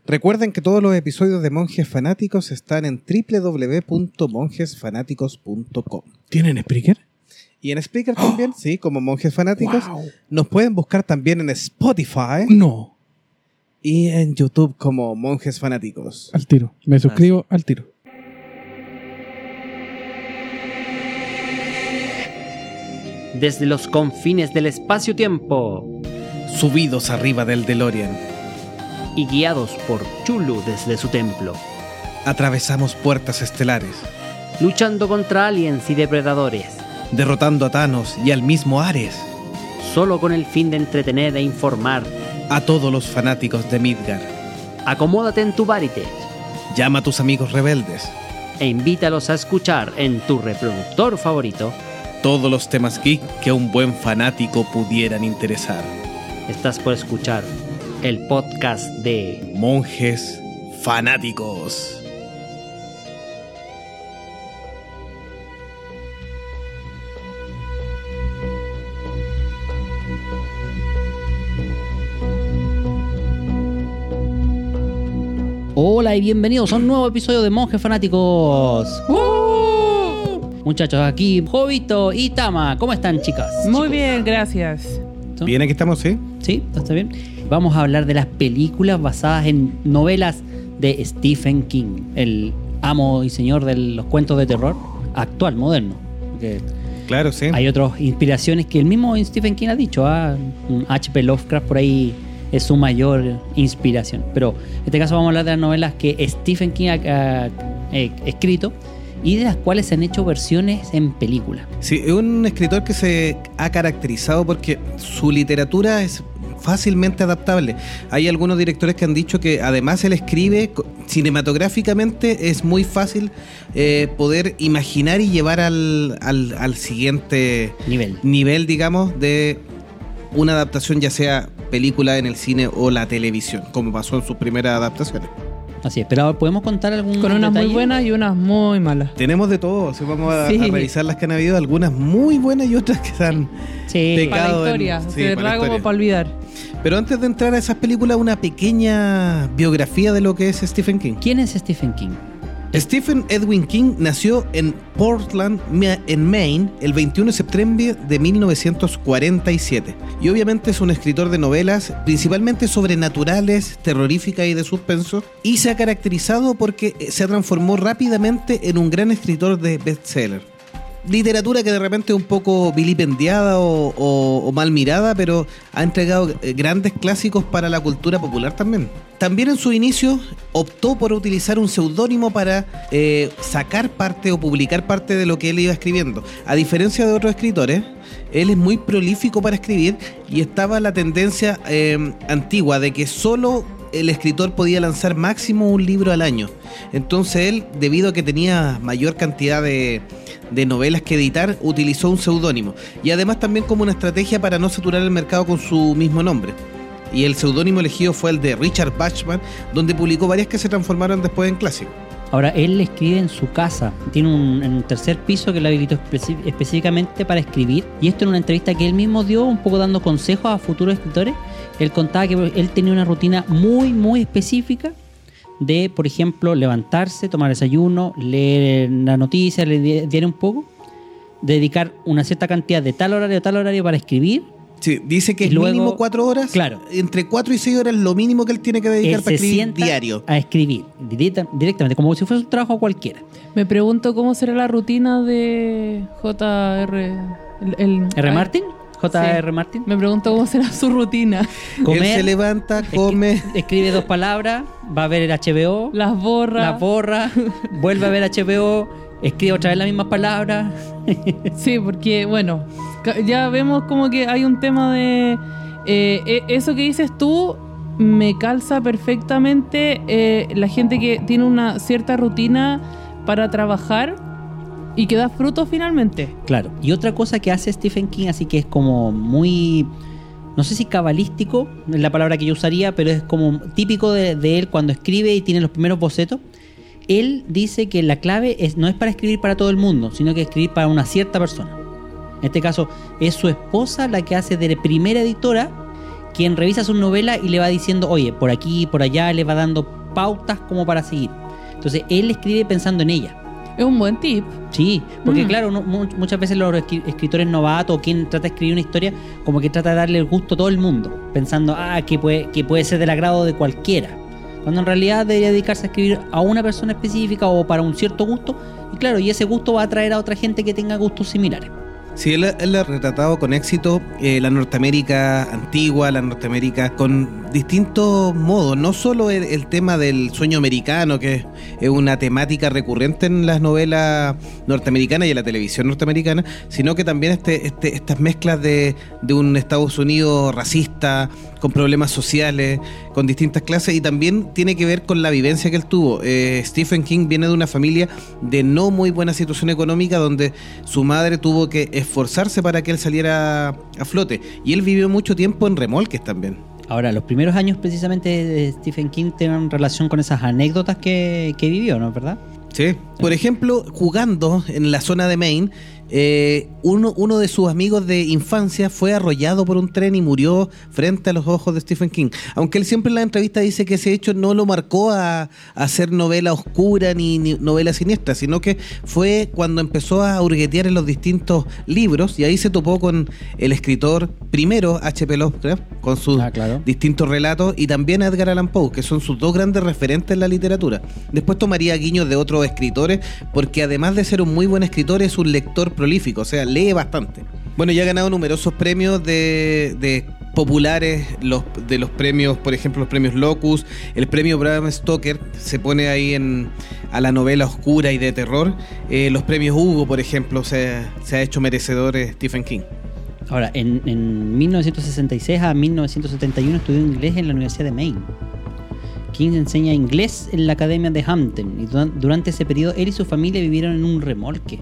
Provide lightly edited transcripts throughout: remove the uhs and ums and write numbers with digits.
Recuerden que todos los episodios de Monjes Fanáticos están en www.monjesfanáticos.com. ¿Tienen Spreaker? Y en Spreaker también, sí, como Monjes Fanáticos. Wow. Nos pueden buscar también en Spotify No. y en YouTube como Monjes Fanáticos. Al tiro. Me suscribo al tiro. Desde los confines del espacio-tiempo Subidos arriba del DeLorean, y guiados por Chulu desde su templo, atravesamos puertas estelares, luchando contra aliens y depredadores, derrotando a Thanos y al mismo Ares, solo con el fin de entretener e informar. a todos los fanáticos de Midgar. Acomódate en tu Varitek Llama a tus amigos rebeldes. e invítalos a escuchar en tu reproductor favorito. Todos los temas geek que a un buen fanático pudieran interesar. Estás por escuchar el podcast de Monjes Fanáticos. Hola y bienvenidos a un nuevo episodio de Monjes Fanáticos. Muchachos, aquí Jovito y Tama. ¿Cómo están, chicas? Muy bien, gracias. Bien, aquí estamos, ¿sí? ¿Sí? ¿Está bien? Vamos a hablar de las películas basadas en novelas de Stephen King, el amo y señor de los cuentos de terror actual, moderno. Porque Claro, sí. hay otras inspiraciones que el mismo Stephen King ha dicho. H.P. Lovecraft por ahí es su mayor inspiración. Pero en este caso vamos a hablar de las novelas que Stephen King ha escrito y de las cuales se han hecho versiones en película. Sí, es un escritor que se ha caracterizado porque su literatura es fácilmente adaptable. Hay algunos directores que han dicho que además él escribe cinematográficamente, es muy fácil poder imaginar y llevar al siguiente nivel, digamos, de una adaptación, ya sea película en el cine o la televisión, como pasó en sus primeras adaptaciones. Así es, pero ¿podemos contar algún Con unas detalle? muy buenas y unas muy malas. Tenemos de todo, así vamos a Sí. revisar las que han habido, algunas muy buenas y otras que han Sí. pecado. Para la historia, Sí, de para la verdad como historia. para olvidar. Pero antes de entrar a esas películas, una pequeña biografía de lo que es Stephen King. ¿Quién es Stephen King? Stephen Edwin King nació en Portland, en Maine, el 21 de septiembre de 1947. Y obviamente es un escritor de novelas, principalmente sobrenaturales, terroríficas y de suspenso. Y se ha caracterizado porque se transformó rápidamente en un gran escritor de bestseller. Literatura que de repente es un poco vilipendiada o mal mirada, pero ha entregado grandes clásicos para la cultura popular también. También en su inicio optó por utilizar un seudónimo para sacar parte o publicar parte de lo que él iba escribiendo. A diferencia de otros escritores, él es muy prolífico para escribir y estaba la tendencia antigua de que solo el escritor podía lanzar máximo un libro al año. Entonces él, debido a que tenía mayor cantidad de novelas que editar, utilizó un seudónimo. Y además también como una estrategia para no saturar el mercado con su mismo nombre. Y el seudónimo elegido fue el de Richard Bachman, donde publicó varias que se transformaron después en clásicos. Ahora, él escribe en su casa. Tiene un tercer piso que lo habilitó específicamente para escribir. Y esto en una entrevista que él mismo dio, un poco dando consejos a futuros escritores. Él contaba que él tenía una rutina muy, muy específica de, por ejemplo, levantarse, tomar desayuno, leer la noticia, leer diario un poco, dedicar una cierta cantidad de tal horario a tal horario para escribir. Sí, dice que Y es luego, mínimo 4 horas. claro. Entre 4 y 6 horas es lo mínimo que él tiene que dedicar Él para se escribir sienta diario. a escribir directamente, como si fuese un trabajo cualquiera. Me pregunto cómo será la rutina de J.R. ¿R. Martin? J.R. Sí. Martin. Me pregunto cómo será su rutina. Él se levanta, come. Escribe 2 palabras, va a ver el HBO, Las borra. la borra, vuelve a ver HBO, escribe otra vez las mismas palabras. Sí, porque, bueno, ya vemos como que hay un tema de... eso que dices tú me calza perfectamente. La gente que tiene una cierta rutina para trabajar y que da frutos finalmente. Claro. Y otra cosa que hace Stephen King, así que es como muy... No sé si cabalístico es la palabra que yo usaría, pero es como típico de él cuando escribe y tiene los primeros bocetos. Él dice que la clave no es para escribir para todo el mundo, sino que escribir para una cierta persona. En este caso es su esposa la que hace de primera editora quien revisa sus novelas y le va diciendo, oye, por aquí, por allá, le va dando pautas como para seguir. Entonces él escribe pensando en ella. Es un buen tip. Sí, porque claro, muchas veces los escritores novatos o quien trata de escribir una historia, como que trata de darle el gusto a todo el mundo, pensando, que puede ser del agrado de cualquiera, cuando en realidad debería dedicarse a escribir a una persona específica o para un cierto gusto, y claro, y ese gusto va a atraer a otra gente que tenga gustos similares. Sí, él ha retratado con éxito la Norteamérica antigua, la Norteamérica con distintos modos, no solo el tema del sueño americano, que es una temática recurrente en las novelas norteamericanas y en la televisión norteamericana, sino que también estas mezclas de un Estados Unidos racista, con problemas sociales, con distintas clases, y también tiene que ver con la vivencia que él tuvo. Stephen King viene de una familia de no muy buena situación económica, donde su madre tuvo que esforzarse para que él saliera a flote, y él vivió mucho tiempo en remolques también. Ahora, los primeros años precisamente de Stephen King tienen relación con esas anécdotas que vivió, ¿no es verdad? Sí. Por ejemplo, jugando en la zona de Maine, uno de sus amigos de infancia fue arrollado por un tren y murió frente a los ojos de Stephen King. Aunque él siempre en la entrevista dice que ese hecho no lo marcó a hacer novela oscura ni novela siniestra, sino que fue cuando empezó a hurguetear en los distintos libros, y ahí se topó con el escritor primero, H.P. Lovecraft, con sus distintos relatos, y también a Edgar Allan Poe, que son sus dos grandes referentes en la literatura. Después tomaría guiños de otros escritores, porque además de ser un muy buen escritor, es un lector prolífico, o sea, lee bastante. Bueno, ya ha ganado numerosos premios de populares, de los premios, por ejemplo, los premios Locus, el premio Bram Stoker se pone ahí a la novela oscura y de terror, los premios Hugo, por ejemplo, se ha hecho merecedor Stephen King. Ahora, en 1966 a 1971 estudió inglés en la Universidad de Maine. King enseña inglés en la Academia de Hampton, y durante ese periodo él y su familia vivieron en un remolque.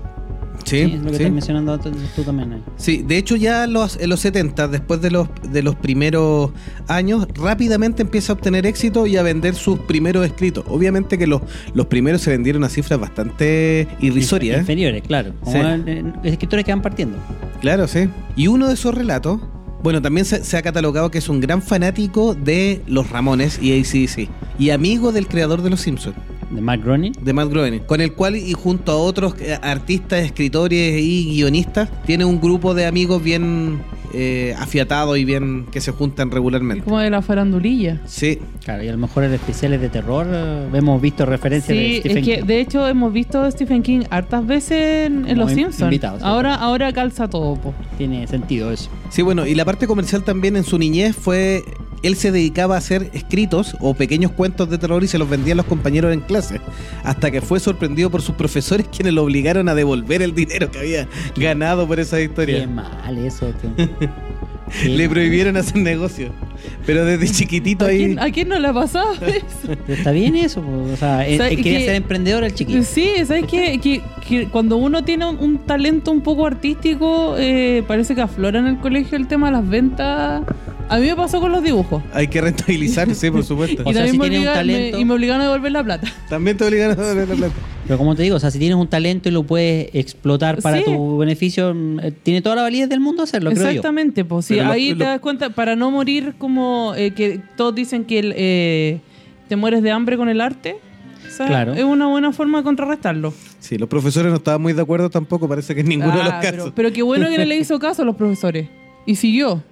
Sí, es lo que estás mencionando tú también. Sí, de hecho ya en los 70, después de los primeros años, rápidamente empieza a obtener éxito y a vender sus primeros escritos. Obviamente que los primeros se vendieron a cifras bastante irrisorias. Inferiores, claro. Como escritores que van partiendo. Claro, sí. Y uno de esos relatos, bueno, también se ha catalogado que es un gran fanático de los Ramones y AC/DC, y amigo del creador de Los Simpsons. ¿De Matt Groening? De Matt Groening, con el cual, y junto a otros artistas, escritores y guionistas, tiene un grupo de amigos bien afiatados y bien que se juntan regularmente. Como de la farandulilla. Sí. Claro, y a lo mejor en especiales de terror hemos visto referencias de Stephen King. De hecho hemos visto a Stephen King hartas veces en Los Simpsons. Invitados, ahora calza todo, po. Tiene sentido eso. Sí, bueno, y la parte comercial también en su niñez fue... Él se dedicaba a hacer escritos o pequeños cuentos de terror y se los vendía a los compañeros en clase, hasta que fue sorprendido por sus profesores, quienes lo obligaron a devolver el dinero que había ganado por esa historia. Qué mal eso, Le prohibieron hacer negocio, pero desde chiquitito ahí... ¿A quién no le ha pasado eso? Está bien eso, o sea, quería ser emprendedor el chiquito. Sí, ¿sabes qué? Que cuando uno tiene un talento un poco artístico, parece que aflora en el colegio el tema de las ventas. A mí me pasó con los dibujos. Hay que rentabilizar, sí, por supuesto. Y también me obligaron a devolver la plata. También te obligaron a devolver la plata. Pero como te digo, o sea, si tienes un talento y lo puedes explotar para tu beneficio, tiene toda la validez del mundo hacerlo, creo yo. Exactamente, pues sí, ahí te das cuenta, para no morir como que todos dicen que te mueres de hambre con el arte. O sea, claro. Es una buena forma de contrarrestarlo. Sí, los profesores no estaban muy de acuerdo tampoco, parece que en ninguno de los casos. Pero qué bueno que no le hizo caso a los profesores. Y siguió.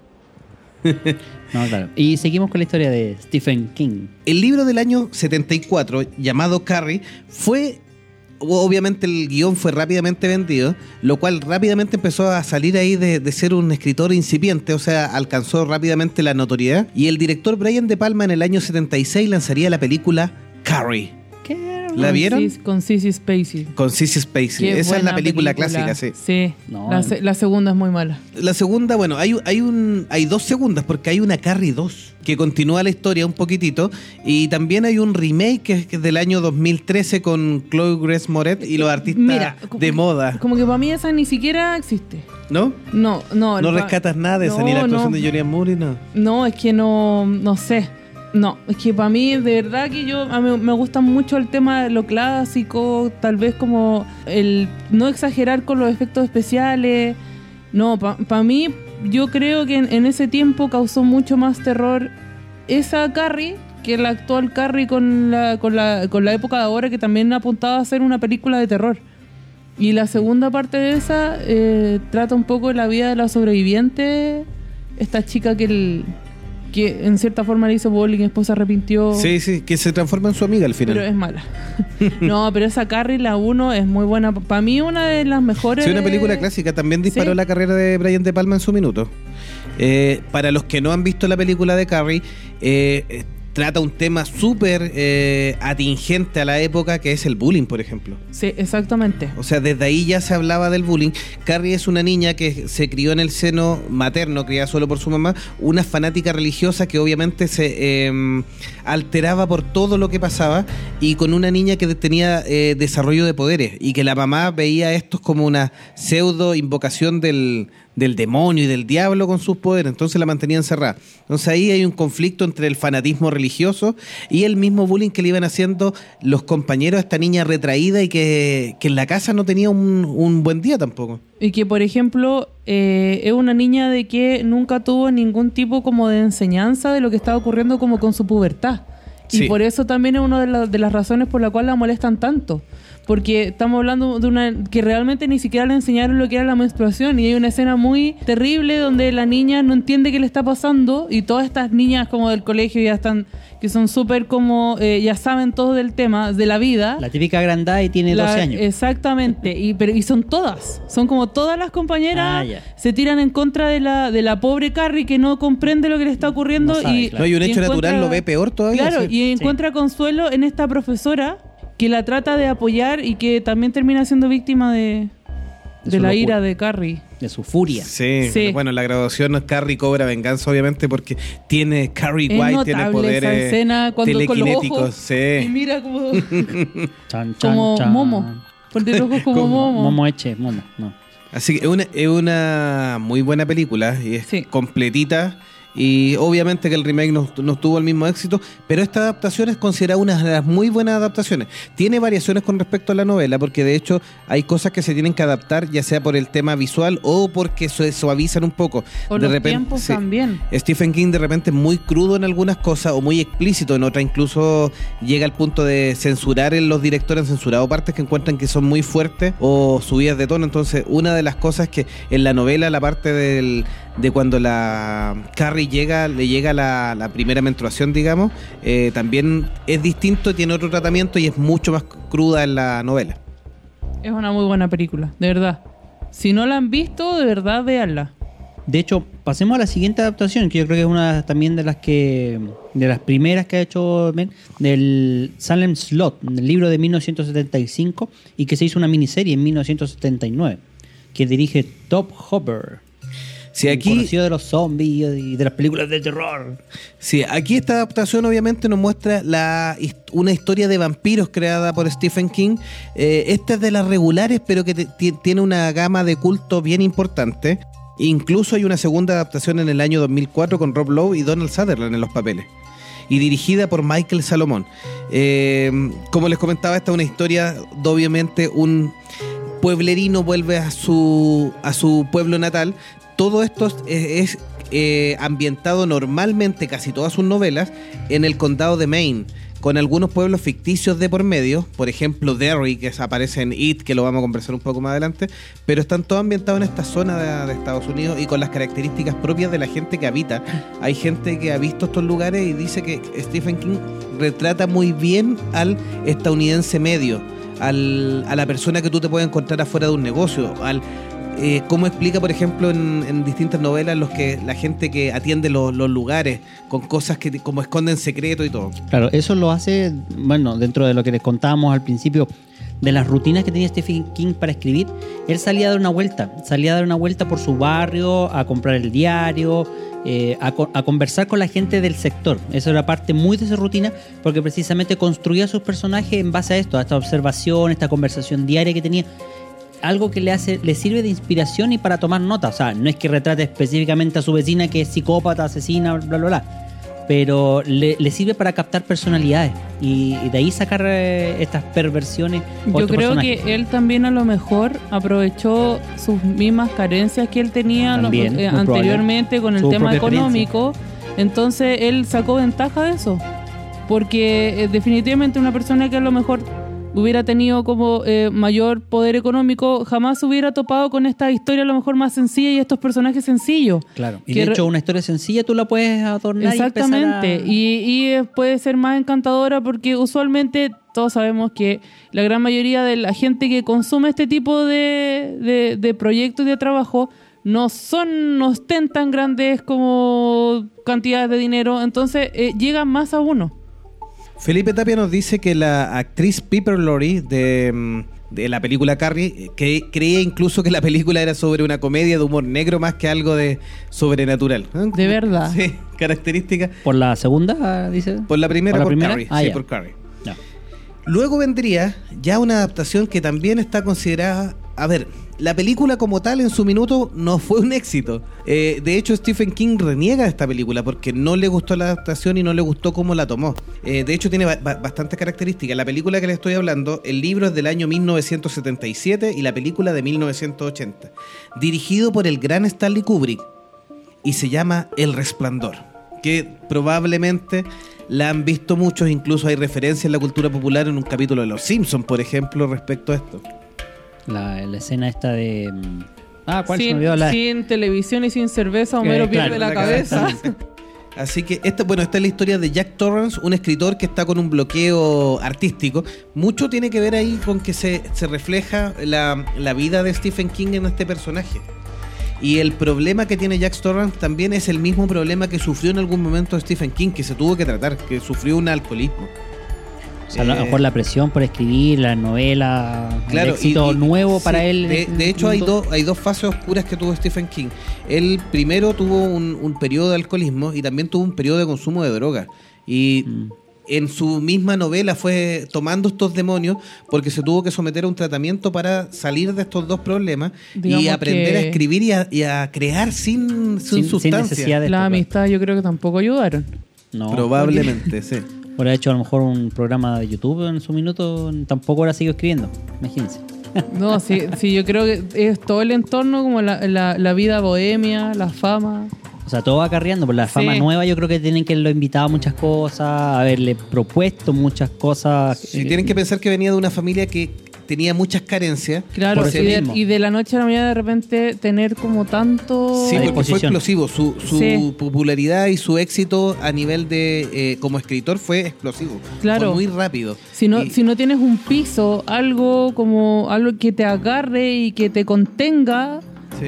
No, claro. Y seguimos con la historia de Stephen King. El libro del año 74, llamado Carrie, obviamente el guión fue rápidamente vendido, lo cual rápidamente empezó a salir ahí de ser un escritor incipiente, o sea, alcanzó rápidamente la notoriedad, y el director Brian De Palma en el año 76 lanzaría la película Carrie. ¿La vieron? Con Sissy Spacey. Con Sissy Spacey. Esa es la película clásica, sí. Sí. No, la segunda es muy mala. La segunda, bueno, hay dos segundas, porque hay una Carrie 2 que continúa la historia un poquitito, y también hay un remake que es del año 2013 con Chloe Grace Moretz y los artistas de moda. Como que para mí esa ni siquiera existe. ¿No? No. ¿No rescatas nada de esa, ni la actuación de Julianne Moore? No, es que no sé. No, es que para mí, de verdad que a mí me gusta mucho el tema de lo clásico, tal vez como el no exagerar con los efectos especiales. No, para mí, yo creo que en ese tiempo causó mucho más terror esa Carrie que la actual Carrie con la época de ahora, que también apuntaba a ser una película de terror. Y la segunda parte de esa trata un poco de la vida de la sobreviviente, esta chica que en cierta forma le hizo bullying, después se arrepintió. Sí, que se transforma en su amiga al final. Pero es mala. No, pero esa Carrie, la 1, es muy buena. Para mí, una de las mejores. Sí, una película clásica. También disparó la carrera de Brian De Palma en su minuto. Para los que no han visto la película de Carrie, trata un tema súper atingente a la época, que es el bullying, por ejemplo. Sí, exactamente. O sea, desde ahí ya se hablaba del bullying. Carrie es una niña que se crió en el seno materno, criada solo por su mamá, una fanática religiosa que obviamente se alteraba por todo lo que pasaba, y con una niña que tenía desarrollo de poderes, y que la mamá veía esto como una pseudo invocación del demonio y del diablo con sus poderes, entonces la mantenía encerrada. Entonces ahí hay un conflicto entre el fanatismo religioso y el mismo bullying que le iban haciendo los compañeros a esta niña retraída y que en la casa no tenía un buen día tampoco. Y que, por ejemplo, es una niña de que nunca tuvo ningún tipo como de enseñanza de lo que estaba ocurriendo como con su pubertad. Sí. Y por eso también es una de las razones por la cual la molestan tanto. Porque estamos hablando de una que realmente ni siquiera le enseñaron lo que era la menstruación, y hay una escena muy terrible donde la niña no entiende qué le está pasando, y todas estas niñas como del colegio ya están, que son súper como, ya saben todo del tema, de la vida. La típica agrandada y tiene 12 años. Exactamente, y son todas, son como todas las compañeras se tiran en contra de la pobre Carrie, que no comprende lo que le está ocurriendo. No sabe, claro. No, y un hecho natural lo ve peor todavía. Claro, sí. y encuentra consuelo en esta profesora que la trata de apoyar y que también termina siendo víctima de la ira de Carrie. De su furia. Sí. Bueno, en la graduación Carrie cobra venganza, obviamente, porque Carrie White tiene poderes esa escena telequinéticos. Con los ojos, sí. Y mira como Chan, como chan. Momo. Porque los ojos como Momo. Momo Eche, Momo, no. Así que es una muy buena película y es completita. Y obviamente que el remake no tuvo el mismo éxito, pero esta adaptación es considerada una de las muy buenas adaptaciones. Tiene variaciones con respecto a la novela, porque de hecho hay cosas que se tienen que adaptar, ya sea por el tema visual o porque se suavizan un poco. O los tiempos también. Stephen King de repente es muy crudo en algunas cosas o muy explícito en otras, incluso llega al punto de censurar. Los directores han censurado partes que encuentran que son muy fuertes o subidas de tono. Entonces una de las cosas es que en la novela la parte de cuando la Carrie le llega la primera menstruación, digamos, también es distinto, tiene otro tratamiento y es mucho más cruda en la novela. Es una muy buena película, de verdad. Si no la han visto, de verdad, véanla. De hecho, pasemos a la siguiente adaptación, que yo creo que es una también de las primeras que ha hecho Ben, del Salem Slot, del libro de 1975, y que se hizo una miniserie en 1979, que dirige Top Hopper. Sí, aquí, conocido de los zombies y de las películas de terror. Sí, aquí esta adaptación obviamente nos muestra una historia de vampiros creada por Stephen King. Esta es de las regulares, pero que tiene una gama de culto bien importante. Incluso hay una segunda adaptación en el año 2004 con Rob Lowe y Donald Sutherland en los papeles, y dirigida por Michael Salomón. Como les comentaba, esta es una historia de, obviamente, un pueblerino vuelve a su pueblo natal. Todo esto es ambientado normalmente, casi todas sus novelas, en el condado de Maine, con algunos pueblos ficticios de por medio. Por ejemplo, Derry, que aparece en It, que lo vamos a conversar un poco más adelante, pero están todos ambientados en esta zona de Estados Unidos y con las características propias de la gente que habita. Hay gente que ha visto estos lugares y dice que Stephen King retrata muy bien al estadounidense medio, a la persona que tú te puedes encontrar afuera de un negocio, cómo explica, por ejemplo, en distintas novelas la gente que atiende los lugares con cosas que como esconden secretos y todo. Claro, eso lo hace, bueno, dentro de lo que les contábamos al principio, de las rutinas que tenía Stephen King para escribir. Él salía a dar una vuelta por su barrio, a comprar el diario, a conversar con la gente del sector. Eso era parte muy de su rutina, porque precisamente construía sus personajes en base a esto, a esta observación, esta conversación diaria que tenía. Algo que le sirve de inspiración y para tomar nota. O sea, no es que retrate específicamente a su vecina que es psicópata, asesina, bla, bla, bla. pero le sirve para captar personalidades y de ahí sacar estas perversiones. Yo creo que él también a lo mejor aprovechó sus mismas carencias que él tenía También, muy anteriormente con el Su tema propia económico. Entonces él sacó ventaja de eso. Porque definitivamente una persona que a lo mejor hubiera tenido como mayor poder económico jamás hubiera topado con esta historia a lo mejor más sencilla y estos personajes sencillos. Claro. Y de hecho una historia sencilla tú la puedes adornar. Exactamente. Y puede ser más encantadora porque usualmente todos sabemos que la gran mayoría de la gente que consume este tipo de proyectos y de trabajo no estén tan grandes como cantidades de dinero, entonces llegan más a uno. Felipe Tapia nos dice que la actriz Piper Laurie de la película Carrie, que creía incluso que la película era sobre una comedia de humor negro más que algo de sobrenatural. ¿De verdad? Sí, característica. ¿Por la segunda, dice? Por la primera, por Carrie. Ah, sí, ya. por Carrie. Ya. Luego vendría ya una adaptación que también está considerada... A ver, la película como tal en su minuto no fue un éxito. De hecho, Stephen King reniega de esta película porque no le gustó la adaptación y no le gustó cómo la tomó. De hecho, tiene bastantes características. La película que le estoy hablando, el libro es del año 1977 y la película de 1980. Dirigido por el gran Stanley Kubrick y se llama El Resplandor, que probablemente la han visto muchos, incluso hay referencias en la cultura popular en un capítulo de Los Simpsons, por ejemplo, respecto a esto. La escena esta de... ¿cuál se me olvidó? Sin televisión y sin cerveza, Homero pierde la cabeza. Así que esta es la historia de Jack Torrance, un escritor que está con un bloqueo artístico. Mucho tiene que ver ahí con que se refleja la vida de Stephen King en este personaje. Y el problema que tiene Jack Torrance también es el mismo problema que sufrió en algún momento Stephen King, que se tuvo que tratar, que sufrió un alcoholismo. O sea, a lo mejor la presión por escribir la novela, claro, el éxito nuevo para él. De hecho, hay dos fases oscuras que tuvo Stephen King. Él primero tuvo un periodo de alcoholismo y también tuvo un periodo de consumo de drogas. Y en su misma novela fue tomando estos demonios porque se tuvo que someter a un tratamiento para salir de estos dos problemas. Digamos, y aprender a escribir y a crear sin sustancia. Sin necesidad de la amistad yo creo que tampoco ayudaron. No, probablemente, sí. Por haber hecho a lo mejor un programa de YouTube en su minuto, tampoco ahora sigo escribiendo, imagínense. No, sí, yo creo que es todo el entorno, como la vida bohemia, la fama. O sea, todo va acarreando, por la fama nueva yo creo que tienen que haberlo invitado a muchas cosas, haberle propuesto muchas cosas. Sí, tienen que pensar que venía de una familia que tenía muchas carencias. Claro, y de la noche a la mañana de repente tener como tanto... Sí, porque fue explosivo. Su popularidad y su éxito a nivel de como escritor fue explosivo. Claro. Fue muy rápido. Si no tienes un piso, algo que te agarre y que te contenga,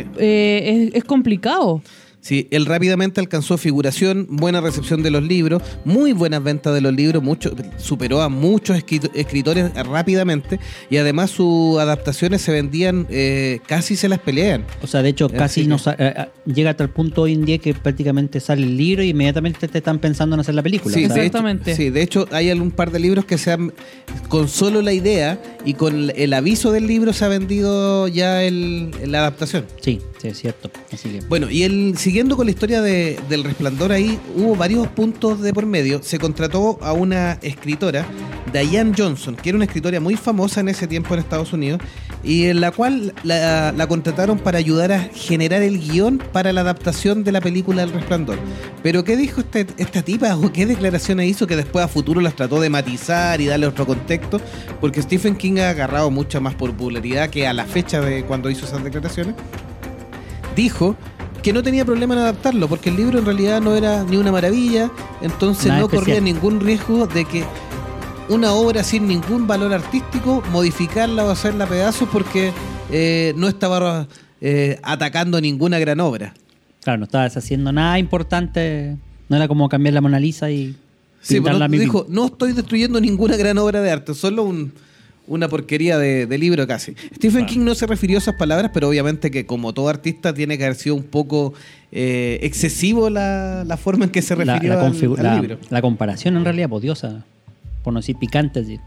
es complicado. Sí, él rápidamente alcanzó figuración, buena recepción de los libros, muy buenas ventas de los libros, superó a muchos escritores rápidamente y además sus adaptaciones se vendían, casi se las pelean. O sea, de hecho, casi llega hasta el punto hoy en día que prácticamente sale el libro y inmediatamente te están pensando en hacer la película. Sí, exactamente. De hecho hay algún par de libros que se han, con solo la idea y con el aviso del libro se ha vendido ya la adaptación. Sí, es cierto. Así que... Bueno, y siguiendo con la historia del Resplandor, ahí hubo varios puntos de por medio. Se contrató a una escritora, Diane Johnson, que era una escritora muy famosa en ese tiempo en Estados Unidos, y en la cual la contrataron para ayudar a generar el guión para la adaptación de la película El Resplandor. Pero ¿qué dijo esta tipa o qué declaraciones hizo que después a futuro las trató de matizar y darle otro contexto? Porque Stephen King ha agarrado mucha más popularidad que a la fecha de cuando hizo esas declaraciones. Dijo que no tenía problema en adaptarlo, porque el libro en realidad no era ni una maravilla, entonces no corría ningún riesgo de que una obra sin ningún valor artístico, modificarla o hacerla a pedazos porque no estaba atacando ninguna gran obra. Claro, no estaba haciendo nada importante, no era como cambiar la Mona Lisa y pintarla a mí. Dijo, no estoy destruyendo ninguna gran obra de arte, solo una porquería de libro casi. Stephen King no se refirió a esas palabras, pero obviamente que como todo artista tiene que haber sido un poco excesivo la forma en que se refirió al libro. La comparación en realidad, podiosa, por no decir picante. ¿Sí?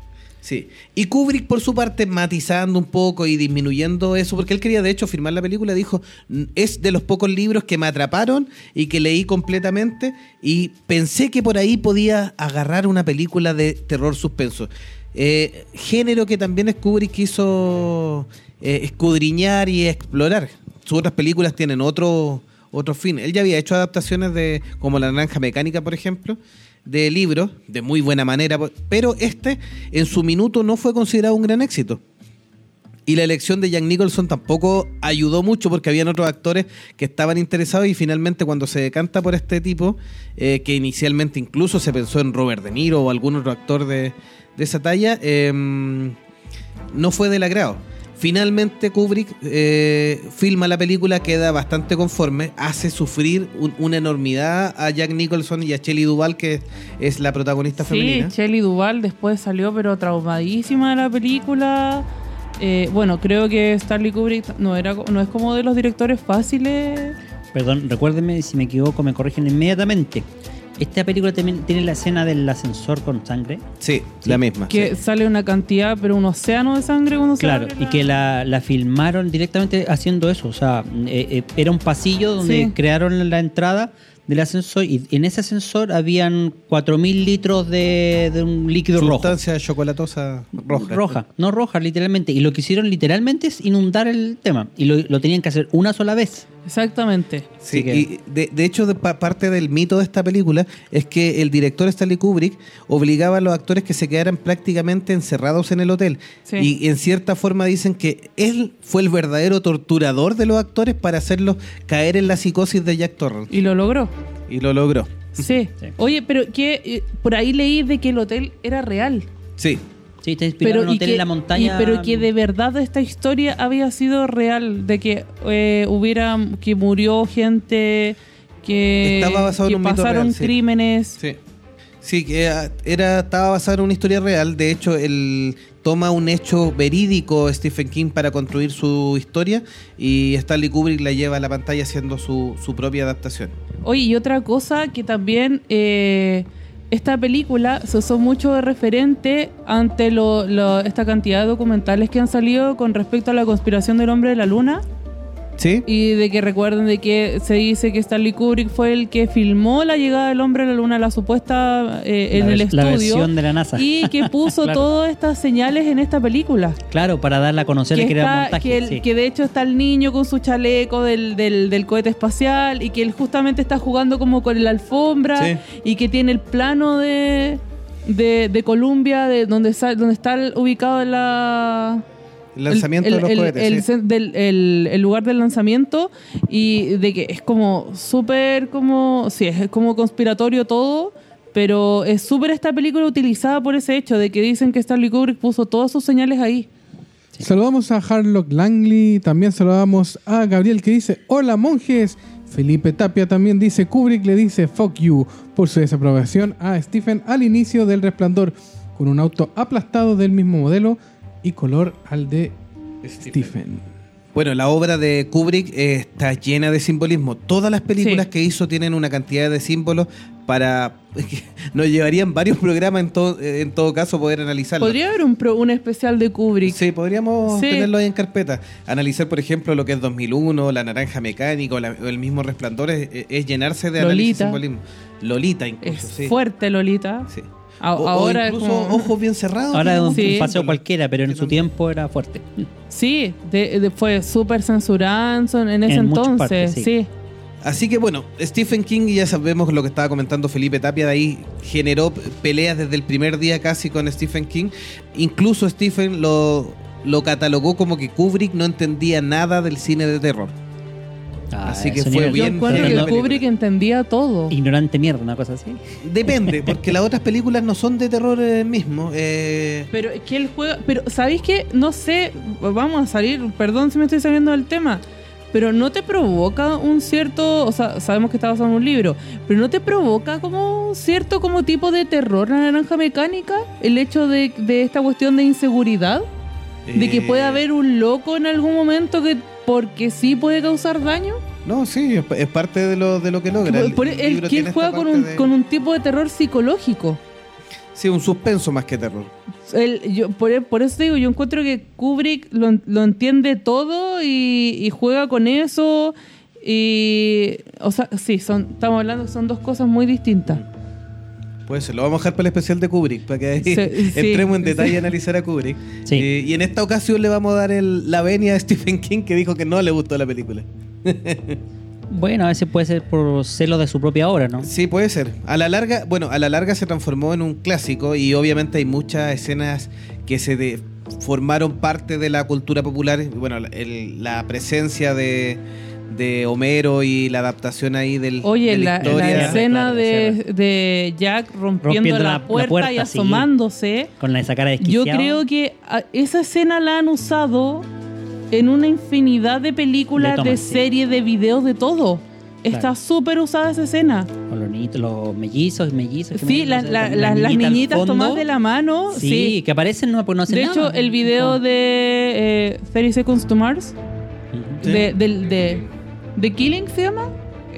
Sí. Y Kubrick, por su parte, matizando un poco y disminuyendo eso, porque él quería, de hecho, firmar la película, dijo, es de los pocos libros que me atraparon y que leí completamente y pensé que por ahí podía agarrar una película de terror suspenso. Género que también Kubrick quiso escudriñar y explorar. Sus otras películas tienen otro fin. Él ya había hecho adaptaciones como La Naranja Mecánica, por ejemplo, de libros, de muy buena manera, pero en su minuto no fue considerado un gran éxito. Y la elección de Jack Nicholson tampoco ayudó mucho porque habían otros actores que estaban interesados y finalmente cuando se decanta por este tipo, que inicialmente incluso se pensó en Robert De Niro o algún otro actor de esa talla, no fue del agrado. Finalmente Kubrick filma la película, queda bastante conforme, hace sufrir una enormidad a Jack Nicholson y a Shelley Duvall, que es la protagonista femenina. Sí, Shelley Duvall después salió pero traumadísima de la película. Bueno, creo que Stanley Kubrick no es como de los directores fáciles. Perdón, recuérdenme si me equivoco, me corrigen inmediatamente. Esta película también tiene la escena del ascensor con sangre. Sí, la misma. Que sale una cantidad, pero un océano de sangre cuando claro, y que la filmaron directamente haciendo eso. O sea, era un pasillo donde crearon la entrada del ascensor y en ese ascensor habían 4.000 litros de un líquido rojo. Sustancia chocolatosa roja. Roja, no roja, literalmente. Y lo que hicieron literalmente es inundar el tema. Y lo tenían que hacer una sola vez. Exactamente. Sí, y de hecho, parte del mito de esta película es que el director Stanley Kubrick obligaba a los actores que se quedaran prácticamente encerrados en el hotel. Sí. Y en cierta forma dicen que él fue el verdadero torturador de los actores para hacerlos caer en la psicosis de Jack Torrance. Y lo logró. Sí. Oye, pero que por ahí leí de que el hotel era real. Sí. Sí, está inspirado en un hotel en la montaña. Pero que de verdad esta historia había sido real, de que que murió gente, que estaba basado en un mito pasaron real, crímenes. Sí, que estaba basado en una historia real. De hecho, él toma un hecho verídico, Stephen King, para construir su historia, y Stanley Kubrick la lleva a la pantalla haciendo su propia adaptación. Oye, y otra cosa que también esta película se usó mucho de referente ante esta cantidad de documentales que han salido con respecto a la conspiración del hombre de la luna. Sí. Y de que recuerden de que se dice que Stanley Kubrick fue el que filmó la llegada del hombre a la luna, la supuesta en el estudio. La versión de la NASA. Y que puso claro. todas estas señales en esta película. Claro, para darla a conocer que era montaje. Que de hecho está el niño con su chaleco del cohete espacial y que él justamente está jugando como con la alfombra, sí. Y que tiene el plano de Columbia, de donde está ubicado el lanzamiento de los cohetes. El lugar del lanzamiento, y de que es como súper es como conspiratorio todo, pero es súper esta película utilizada por ese hecho de que dicen que Stanley Kubrick puso todas sus señales ahí. Sí. Saludamos a Harlock Langley, también saludamos a Gabriel que dice hola monjes. Felipe Tapia también dice Kubrick le dice fuck you por su desaprobación a Stephen al inicio del Resplandor con un auto aplastado del mismo modelo y color al de Stephen. Bueno, la obra de Kubrick está llena de simbolismo. Todas las películas que hizo tienen una cantidad de símbolos para... Nos llevarían varios programas en todo caso poder analizarlo. Podría haber un especial de Kubrick. Sí, podríamos tenerlo ahí en carpeta. Analizar, por ejemplo, lo que es 2001, La Naranja Mecánica o el mismo Resplandor es llenarse de análisis simbolismo. Lolita incluso, es fuerte Lolita. Sí. Ahora incluso ojos bien cerrados. Ahora es un paseo cualquiera, pero en su tiempo era fuerte. Sí, fue súper censurado en ese entonces. Partes, sí. Así que bueno, Stephen King, ya sabemos lo que estaba comentando Felipe Tapia, de ahí generó peleas desde el primer día casi con Stephen King. Incluso Stephen lo catalogó como que Kubrick no entendía nada del cine de terror. Así que fue bien. Yo encuentro que Kubrick entendía todo. Ignorante mierda, una cosa así. Depende, porque las otras películas no son de terror mismo. Pero es que él juega. Pero, ¿sabéis qué? No sé, vamos a salir. Perdón si me estoy saliendo del tema. Pero ¿no te provoca un cierto... O sea, sabemos que está basado en un libro. Pero ¿no te provoca como un cierto como tipo de terror La Naranja Mecánica? El hecho de esta cuestión de inseguridad. De que pueda haber un loco en algún momento que... Porque sí puede causar daño. No, sí, es parte de lo que logra. Él juega con un tipo de terror psicológico. Sí, un suspenso más que terror. Por eso te digo, yo encuentro que Kubrick lo entiende todo y juega con eso. Y, o sea, sí, estamos hablando que son dos cosas muy distintas. Pues lo vamos a dejar para el especial de Kubrick, para que ahí Sí, entremos en detalle sí. a analizar a Kubrick. Sí. Y en esta ocasión le vamos a dar la venia a Stephen King, que dijo que no le gustó la película. Bueno, a veces puede ser por celos de su propia obra, ¿no? Sí, puede ser. A la larga se transformó en un clásico y obviamente hay muchas escenas que formaron parte de la cultura popular. Bueno, la presencia de Homero y la adaptación ahí de Oye, la la historia. escena Claro, de Jack rompiendo la puerta y sí, asomándose. con esa cara Yo desquiciada. creo que esa escena la han usado en una infinidad de películas, De tomas, de sí. series, de videos, de todo. Está Claro. súper usada esa escena. Con los niñitos, los mellizos. Sí, las niñitas al tomadas fondo. de la mano. Sí, que aparecen pues no hacen De nada. hecho, el video de 30 Seconds to Mars, Ujú. Sí. de Killing se llama,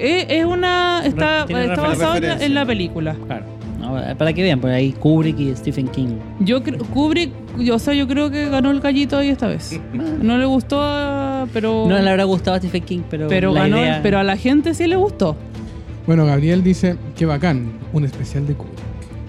está Tiene basado referencia. en la película. Claro. No, para que vean, por ahí Kubrick y Stephen King. Kubrick, yo creo que ganó el gallito ahí esta vez. No le gustó, pero No le habrá gustado a Stephen King, pero la ganó, idea... pero a la gente sí le gustó. Bueno, Gabriel dice, qué bacán, un especial de Kubrick.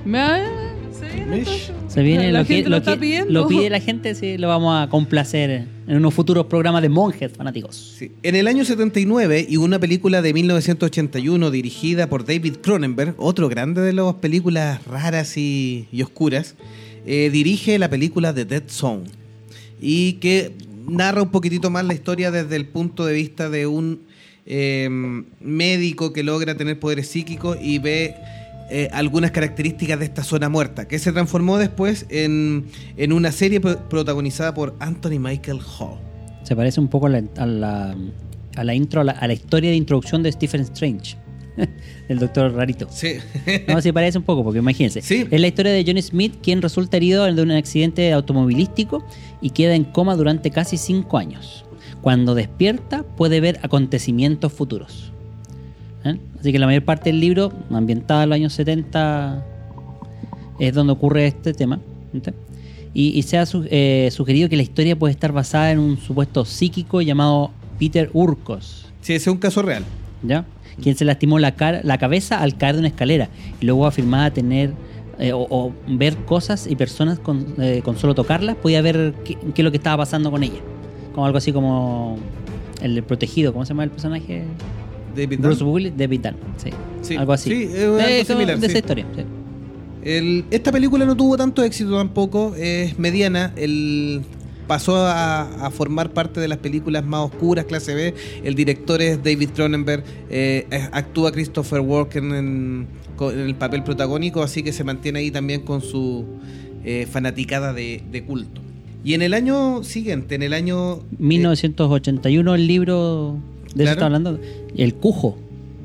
Se viene Mish. entonces. Se viene La lo que, gente lo está que pidiendo. lo pide la gente, sí, lo vamos a complacer en unos futuros programas de monjes fanáticos. Sí. En el año 79 y una película de 1981 dirigida por David Cronenberg, otro grande de las películas raras y oscuras, dirige la película The Dead Zone y que narra un poquitito más la historia desde el punto de vista de un médico que logra tener poderes psíquicos y ve algunas características de esta zona muerta, que se transformó después en una serie protagonizada por Anthony Michael Hall. Se parece un poco a la historia de introducción de Stephen Strange, el doctor rarito. Sí. No, sí parece un poco, porque imagínense. Sí. Es la historia de Johnny Smith, quien resulta herido de un accidente automovilístico y queda en coma durante casi 5 años. Cuando despierta, puede ver acontecimientos futuros. Así que la mayor parte del libro, ambientada en los años 70, es donde ocurre este tema. ¿Sí? Y se ha sugerido que la historia puede estar basada en un supuesto psíquico llamado Peter Urkos, Sí, ese es un caso real. ¿ya? Quien se lastimó la cabeza al caer de una escalera y luego afirmaba tener o ver cosas y personas con solo tocarlas, podía ver qué es lo que estaba pasando con ella. Como algo así como el protegido, ¿cómo se llama el personaje? David Bruce Dunn. Willis, David Dunn, sí. Sí, Algo así. sí, es algo similar, de sí. esa historia, sí. Esta película no tuvo tanto éxito tampoco, es mediana. Pasó a formar parte de las películas más oscuras, clase B. El director es David Cronenberg, actúa Christopher Walken en el papel protagónico, así que se mantiene ahí también con su fanaticada de culto. Y en el año siguiente, en el año 1981, el libro de Claro. eso está hablando. El Cujo.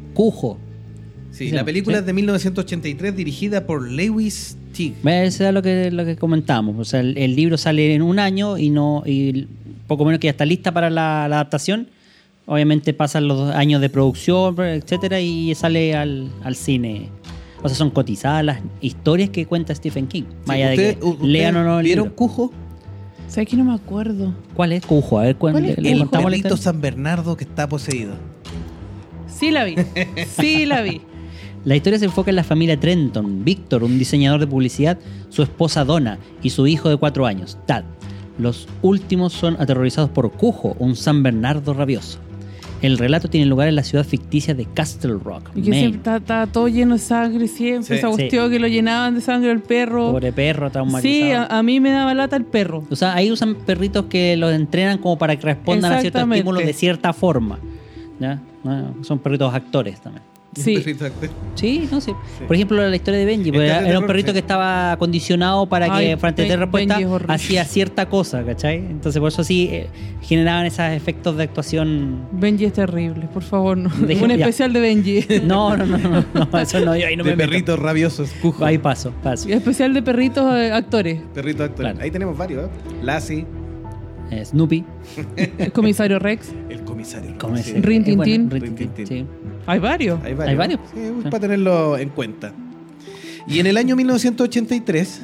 sí, Sí, la película sí. es de 1983, dirigida por Lewis Teague. Eso es lo que comentábamos. O sea, el libro sale en un año y poco menos que ya está lista para la adaptación. Obviamente pasan los 2 años de producción, etcétera, y sale al cine. O sea, son cotizadas las historias que cuenta Stephen King. Más allá de que lean o no el ¿Vieron libro. Cujo? ¿Sabes que no me acuerdo? ¿Cuál es Cujo? A ver, ¿Cuál es ¿le El contamos la perrito historia? San Bernardo que está poseído. Sí la vi. Sí la vi. La historia se enfoca en la familia Trenton, Víctor, un diseñador de publicidad, su esposa Donna y su hijo de 4 años, Tad. Los últimos son aterrorizados por Cujo, un San Bernardo rabioso. El relato tiene lugar en la ciudad ficticia de Castle Rock, Y que Maine. siempre está todo lleno de sangre, siempre. Sí. Esa cuestión que lo llenaban de sangre el perro. Pobre perro Sí, traumatizado. a mí me daba lata el perro. O sea, ahí usan perritos que los entrenan como para que respondan a ciertos Exactamente. estímulos de cierta forma. ¿Ya? No, son perritos actores también. Sí. Perrito actor. Sí, no sé. Por ejemplo, la historia de Benji, pues, Esta es de era un terror, perrito sí. que estaba acondicionado para que Ay, frente a tener respuesta Benji es horrible. hacía cierta cosa, ¿cachai? Entonces por eso sí generaban esos efectos de actuación. Benji es terrible, por favor. No. Deje- Un ya. especial de Benji. No, eso no, yo ahí no De me meto. perritos rabiosos, Cujo. Ahí paso. Especial de perritos actores. Perrito actor. Claro. Ahí tenemos varios, ¿eh? Lassie, Snoopy. El comisario Rex. el comisario. Como ese. Sí. Rin Tin Tin. Rin Tin Tin, sí. Hay varios. Hay varios. Hay varios. Sí, para tenerlo en cuenta. Y en el año 1983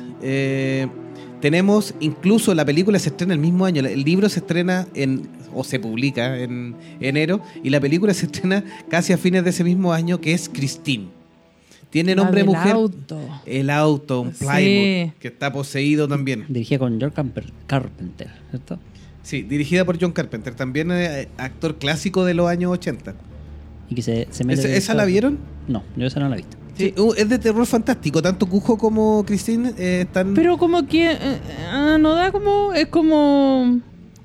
tenemos, incluso la película se estrena el mismo año, el libro se estrena o se publica en enero, y la película se estrena casi a fines de ese mismo año, que es Christine. Tiene nombre de mujer. El auto, un Plymouth, Sí. que está poseído también. Dirigida con George Carpenter, ¿cierto? Sí, dirigida por John Carpenter, también actor clásico de los años 80. Y que se mete... ¿Esa la vieron? No, yo esa no la he visto. Sí, es de terror fantástico. Tanto Cujo como Christine están... Pero como que no da como... Es como...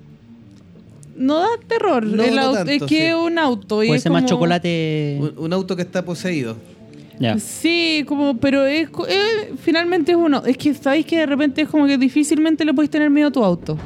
No da terror. No, El no auto, tanto, es que sí. es un auto. Y Puede es ser más como- chocolate... un auto que está poseído. Ya. Sí, como, pero finalmente es uno. Es que sabéis que de repente es como que difícilmente le podéis tener miedo a tu auto.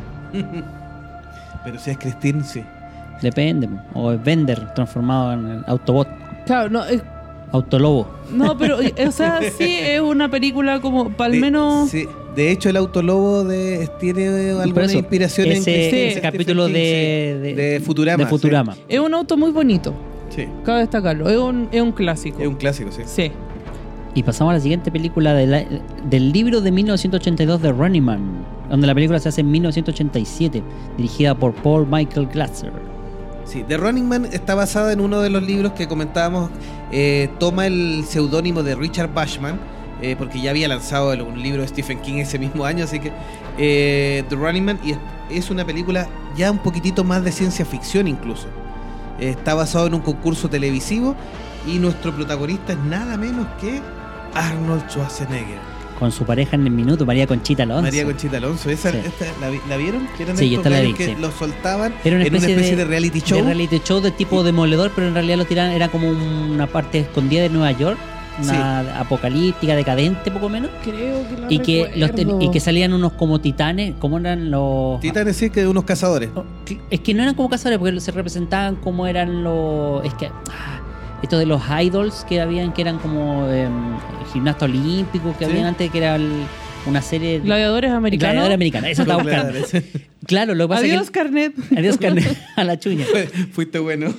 Pero si es Christine, sí. Depende. O es Bender transformado en el Autobot. Claro, no, Autolobo. no, pero, o sea, sí es una película como, para al menos. Sí, de hecho, el Autolobo tiene alguna eso, inspiración en ese Stephen capítulo King, de Futurama. De Futurama. Es un auto muy bonito, Sí. cabe destacarlo. Es un clásico. Es un clásico, sí. Sí. Y pasamos a la siguiente película del libro de 1982 de Running Man, donde la película se hace en 1987, dirigida por Paul Michael Glasser. Sí, The Running Man está basada en uno de los libros que comentábamos. Toma el seudónimo de Richard Bachman, porque ya había lanzado un libro de Stephen King ese mismo año, así que The Running Man es una película ya un poquitito más de ciencia ficción incluso. Está basado en un concurso televisivo y nuestro protagonista es nada menos que Arnold Schwarzenegger. Con su pareja en el minuto, María Conchita Alonso. María Conchita Alonso. ¿Esta Sí. la vieron? Que eran Sí, estos esta la gallos vi, que sí. los soltaban Era una en una especie de reality show. De reality show de tipo demoledor, pero en realidad lo tiraban, era como una parte escondida de Nueva York, una apocalíptica, decadente, poco menos. Creo que la Y que, recuerdo. y que salían unos como titanes, ¿cómo eran los...? Titanes, sí, que unos cazadores. Es que no eran como cazadores, porque se representaban como eran los... Es que... Esto de los idols que habían, que eran como gimnastas olímpicos, que Sí. habían antes, que era una serie... Gladiadores americanos. Gladiadores americanos, eso estaba buscando. Claro, lo que pasa Adiós, es que... carnet. Adiós, carnet, a la chuña. Fuiste bueno.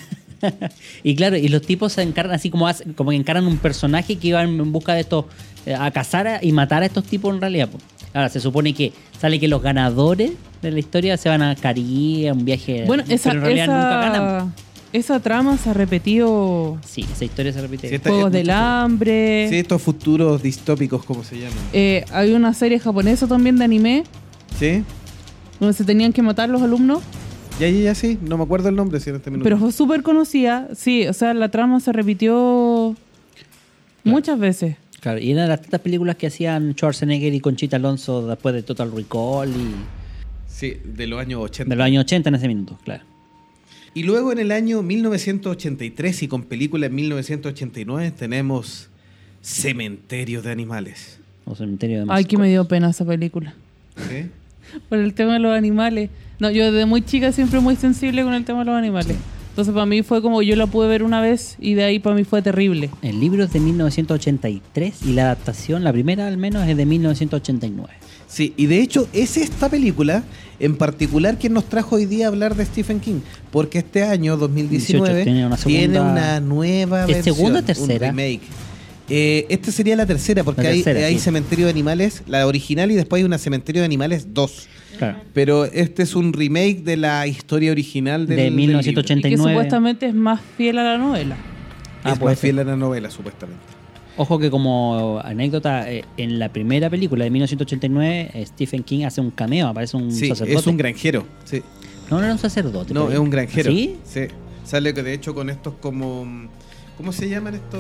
Y claro, y los tipos se encarnan así como que encarnan un personaje que iban en busca de estos, a cazar y matar a estos tipos en realidad. Po. Ahora, se supone que sale que los ganadores de la historia se van a Caribe, a un viaje, Bueno, pero en realidad nunca ganan. esa trama se ha repetido. Sí, esa historia se repite. Sí, esta- Juegos es del mucho- Hambre. Sí, estos futuros distópicos, como se llaman. Hay una serie japonesa también de anime ¿Sí? donde se tenían que matar los alumnos, Ya, sí. No me acuerdo el nombre, sí, en este minuto. pero fue súper conocida. Sí, o sea, la trama se repitió muchas veces. Claro, y eran las tantas películas que hacían Schwarzenegger y Conchita Alonso después de Total Recall y Sí, de los años 80. de los años 80 en ese minuto, claro. Y luego en el año 1983 y con película en 1989 tenemos Cementerio de Animales. O Cementerio de Ay, que me dio pena esa película. ¿Sí? Por el tema de los animales. No, yo desde muy chica siempre muy sensible con el tema de los animales. Entonces para mí fue como yo la pude ver una vez y de ahí para mí fue terrible. El libro es de 1983 y la adaptación, la primera al menos, es de 1989. Sí, y de hecho es esta película en particular quien nos trajo hoy día a hablar de Stephen King, porque este año 2019 tiene una segunda- tiene una nueva ¿Es versión, segunda o tercera? un remake. Esta sería la tercera, porque La tercera, hay sí. Cementerio de Animales, la original, y después hay una Cementerio de Animales 2. Claro. Pero este es un remake de la historia original De del 1980. Y que 89. supuestamente es más fiel a la novela. Es puede más fiel ser. a la novela, supuestamente. Ojo que como anécdota, en la primera película de 1989, Stephen King hace un cameo, aparece un Sí, sacerdote. es un granjero. Sí. No era un sacerdote. No, pero- es un granjero. ¿Sí? Sí. Sale de hecho con estos como... ¿Cómo se llaman estos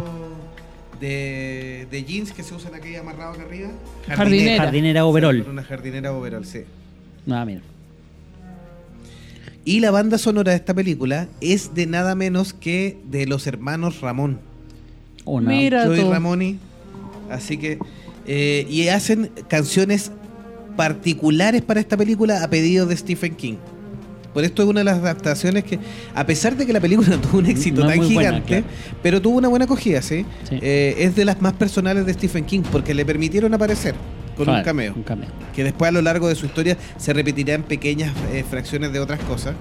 de jeans que se usan aquí amarrados acá arriba? Jardinera. Jardinera overall. Con una jardinera overall, sí. Ah, mira. Y la banda sonora de esta película es de nada menos que de los hermanos Ramón. Una- Mira Joey tú. Ramoni. Así que... y hacen canciones particulares para esta película a pedido de Stephen King. Por esto es una de las adaptaciones que, a pesar de que la película tuvo un éxito No es tan muy buena, gigante, claro. pero tuvo una buena acogida, ¿sí? Sí. Es de las más personales de Stephen King, porque le permitieron aparecer con Claro, un cameo, Un cameo. que después a lo largo de su historia se repetirá en pequeñas fracciones de otras cosas.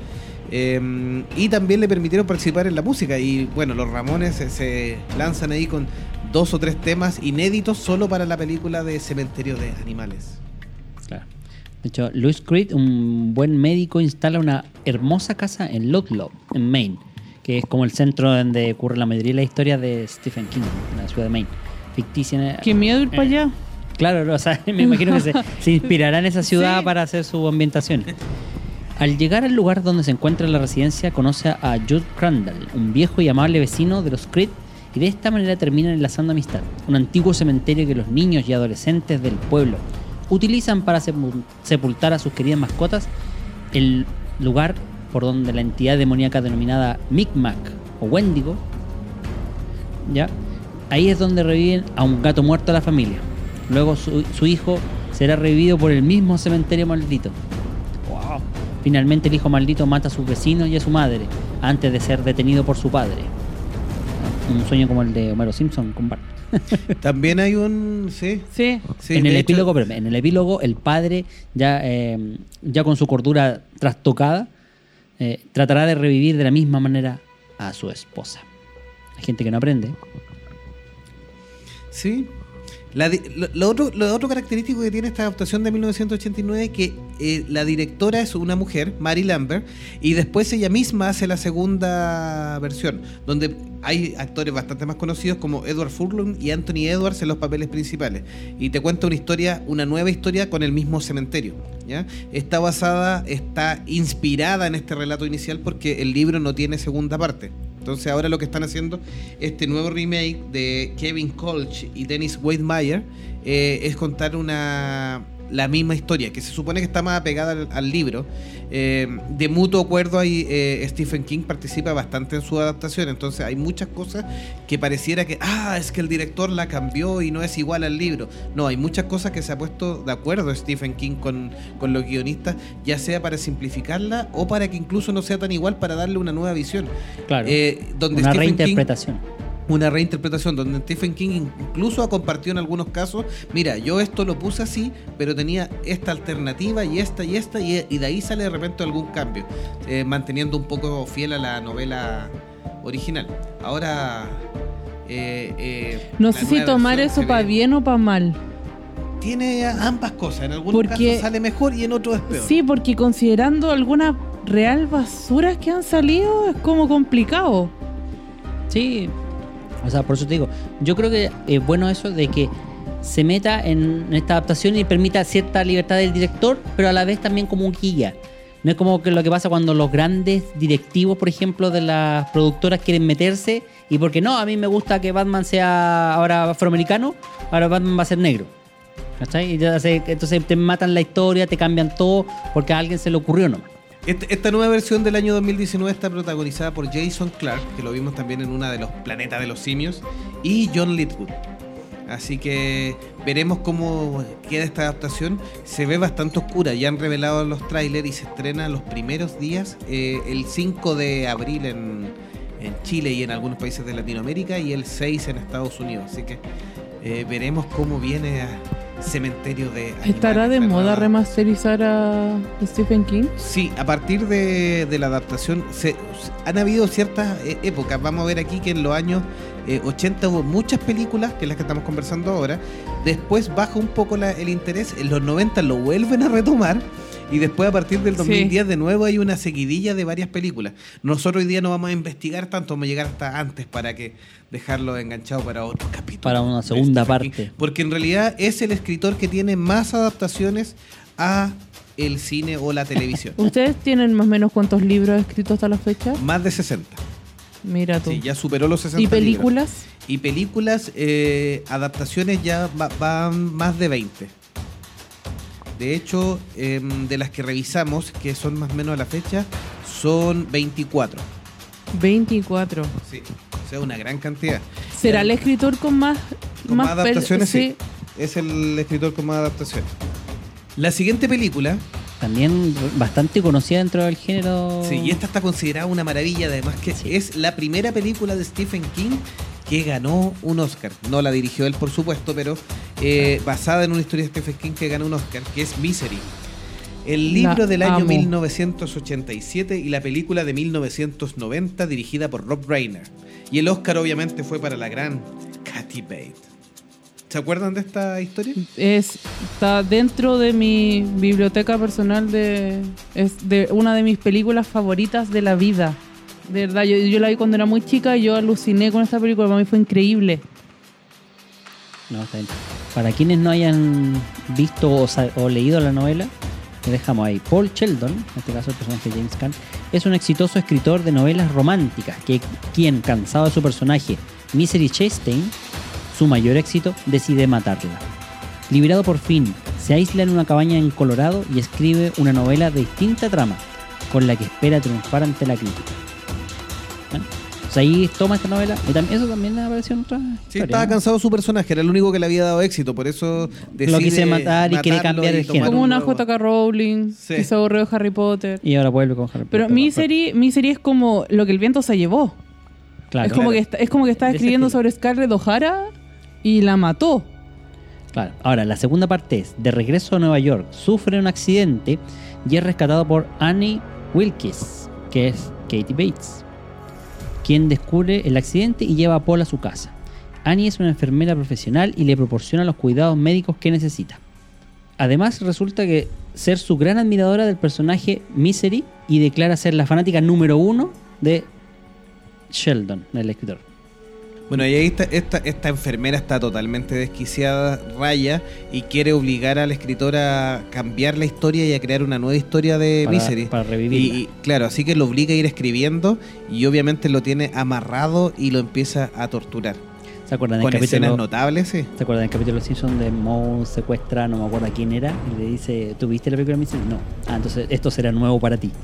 Y también le permitieron participar en la música. Y bueno, los Ramones se lanzan ahí con 2 o 3 temas inéditos solo para la película de Cementerio de Animales. Claro. De hecho, Louis Creed, un buen médico, instala una hermosa casa en Ludlow, en Maine, que es como el centro donde ocurre la mayoría de la historia de Stephen King, en la ciudad de Maine. Ficticia. Qué miedo ir para allá. Claro, o sea, me imagino que se inspirará en esa ciudad para hacer su ambientación. Al llegar al lugar donde se encuentra la residencia, conoce a Judd Crandall, un viejo y amable vecino de los Creed, y de esta manera termina enlazando amistad. Un antiguo cementerio que los niños y adolescentes del pueblo utilizan para sepultar a sus queridas mascotas, el lugar por donde la entidad demoníaca denominada Micmac o Wendigo, ¿ya? Ahí es donde reviven a un gato muerto de la familia. Luego su hijo será revivido por el mismo cementerio maldito. Wow. Finalmente el hijo maldito mata a sus vecinos y a su madre antes de ser detenido por su padre. Un sueño como el de Homero Simpson con Bart. También hay un... Sí. En el epílogo, el padre, ya con su cordura trastocada, tratará de revivir de la misma manera a su esposa. Hay gente que no aprende. Sí. Lo otro característico que tiene esta adaptación de 1989 es que la directora es una mujer, Mary Lambert, y después ella misma hace la segunda versión, donde hay actores bastante más conocidos como Edward Furlong y Anthony Edwards en los papeles principales. Y te cuenta una nueva historia con el mismo cementerio, ¿ya? Está inspirada en este relato inicial porque el libro no tiene segunda parte. Entonces ahora lo que están haciendo, este nuevo remake de Kevin Colch y Dennis Weidmeyer, es contar la misma historia, que se supone que está más apegada al libro. De mutuo acuerdo, Stephen King participa bastante en su adaptación, entonces hay muchas cosas que pareciera que es que el director la cambió y no es igual al libro. No, hay muchas cosas que se ha puesto de acuerdo Stephen King con los guionistas, ya sea para simplificarla o para que incluso no sea tan igual, para darle una nueva visión. Claro, donde una Stephen reinterpretación. Una reinterpretación donde Stephen King incluso ha compartido en algunos casos, mira, yo esto lo puse así, pero tenía esta alternativa y esta, y de ahí sale de repente algún cambio, manteniendo un poco fiel a la novela original. Ahora no sé si tomar eso para bien o para mal. Tiene ambas cosas, en algunos casos sale mejor y en otros es peor. Sí, porque considerando algunas real basuras que han salido, es como complicado. Sí. O sea, por eso te digo, yo creo que es bueno eso de que se meta en esta adaptación y permita cierta libertad del director, pero a la vez también como un guía. No es como que lo que pasa cuando los grandes directivos, por ejemplo, de las productoras quieren meterse y porque no, a mí me gusta que Batman sea ahora afroamericano, ahora Batman va a ser negro. ¿Cachai? Y entonces te matan la historia, te cambian todo porque a alguien se le ocurrió nomás. Esta nueva versión del año 2019 está protagonizada por Jason Clarke, que lo vimos también en una de los Planetas de los Simios, y John Lithgow. Así que veremos cómo queda esta adaptación. Se ve bastante oscura, ya han revelado los trailers y se estrena los primeros días, el 5 de abril en Chile y en algunos países de Latinoamérica, y el 6 en Estados Unidos. Así que veremos cómo viene a Cementerio de Animales. ¿Estará de moda remasterizar a Stephen King? Sí, a partir de la adaptación han habido ciertas épocas. Vamos a ver aquí que en los años 80 hubo muchas películas, que es las que estamos conversando ahora. Después baja un poco el interés. En los 90 lo vuelven a retomar. Y después a partir del 2010 de nuevo hay una seguidilla de varias películas. Nosotros hoy día no vamos a investigar tanto, vamos a llegar hasta antes para que dejarlo enganchado para otro capítulo. Para una segunda parte. Porque en realidad es el escritor que tiene más adaptaciones a el cine o la televisión. ¿Ustedes tienen más o menos cuántos libros escritos hasta la fecha? Más de 60. Mira tú. Sí, ya superó los 60. ¿Y películas? Libros. Y películas, adaptaciones ya van más de 20. De hecho, de las que revisamos, que son más o menos a la fecha, son 24. 24. Sí, o sea, una gran cantidad. ¿Será el escritor con más adaptaciones? Sí. Es el escritor con más adaptaciones. La siguiente película... También bastante conocida dentro del género. Sí, y esta está considerada una maravilla, además que es la primera película de Stephen King que ganó un Oscar. No la dirigió él, por supuesto, pero basada en una historia de Stephen King que ganó un Oscar, que es Misery. El libro del año 1987 y la película de 1990 dirigida por Rob Reiner. Y el Oscar obviamente fue para la gran Katy Katie Bates. ¿Se acuerdan de esta historia? Está dentro de mi biblioteca personal es de una de mis películas favoritas de la vida. De verdad, yo la vi cuando era muy chica y yo aluciné con esta película. Para mí fue increíble. No, está bien. Para quienes no hayan visto o leído la novela, le dejamos ahí. Paul Sheldon, en este caso el personaje de James Caan, es un exitoso escritor de novelas románticas quien, cansado de su personaje Misery Chastain, su mayor éxito, decide matarla. Liberado por fin, se aísla en una cabaña en Colorado y escribe una novela de distinta trama, con la que espera triunfar ante la crítica. Bueno, pues ahí toma esta novela. Eso también apareció en otra Sí, historia, estaba ¿no? cansado su personaje, era el único que le había dado éxito, por eso decide Lo quise matar y quiere matarlo cambiar el tomar género. Como un una nuevo- J.K. Rowling, Sí. que se aburrió de Harry Potter. Y ahora vuelve con Harry Pero Potter. Misery es como lo que el viento se llevó. Claro, es como que está De ese escribiendo estilo. sobre Scarlett O'Hara y la mató. Claro. Ahora, la segunda parte es: de regreso a Nueva York, sufre un accidente y es rescatado por Annie Wilkes, que es Katie Bates, quien descubre el accidente y lleva a Paul a su casa. Annie es una enfermera profesional y le proporciona los cuidados médicos que necesita. Además, resulta que ser su gran admiradora del personaje Misery y declara ser la fanática número 1 de Sheldon, el escritor. Bueno, y ahí esta enfermera está totalmente desquiciada, raya, y quiere obligar al escritor a cambiar la historia y a crear una nueva historia de Misery. Para revivirla. Y claro, así que lo obliga a ir escribiendo y obviamente lo tiene amarrado y lo empieza a torturar. ¿Se acuerdan del Con escenas capítulo? notables, sí. ¿Se acuerdan del capítulo de los Simpsons de Moe secuestra, no me acuerdo a quién era, y le dice, ¿tú viste la película de Misery? No. Ah, entonces esto será nuevo para ti.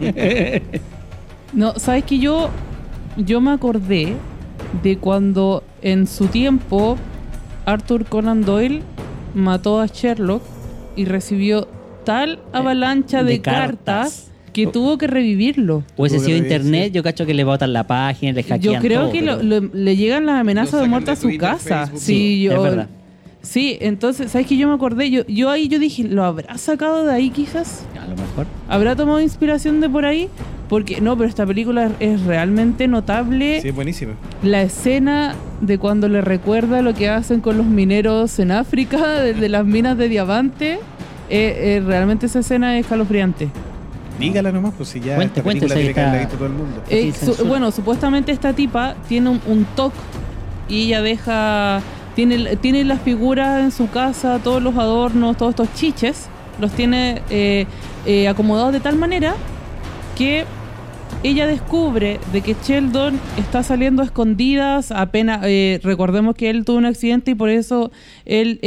No, ¿sabes que yo me acordé de cuando en su tiempo Arthur Conan Doyle mató a Sherlock y recibió tal avalancha de cartas que tuvo que revivirlo? Hubiese Tuvo que sido revisar. internet, yo cacho que le botan la página, le hackean Yo creo todo, que pero le llegan las amenazas Lo de sacan muerte de a su Twitter, casa. Facebook. Sí, es verdad. Sí, entonces, ¿sabes que yo me acordé? Yo ahí yo dije, ¿lo habrá sacado de ahí quizás? A lo mejor. ¿Habrá tomado inspiración de por ahí? Porque no, pero esta película es realmente notable. Sí, es buenísima. La escena de cuando le recuerda lo que hacen con los mineros en África, de las minas de diamante, realmente esa escena es escalofriante. Dígala nomás, pues si ya Cuente, esta película si tiene que haberla está- visto todo el mundo. Sí, censura. Bueno, supuestamente esta tipa tiene un TOC y ella tiene las figuras en su casa, todos los adornos, todos estos chiches, los tiene acomodados de tal manera que ella descubre de que Sheldon está saliendo a escondidas, apenas recordemos que él tuvo un accidente y por eso él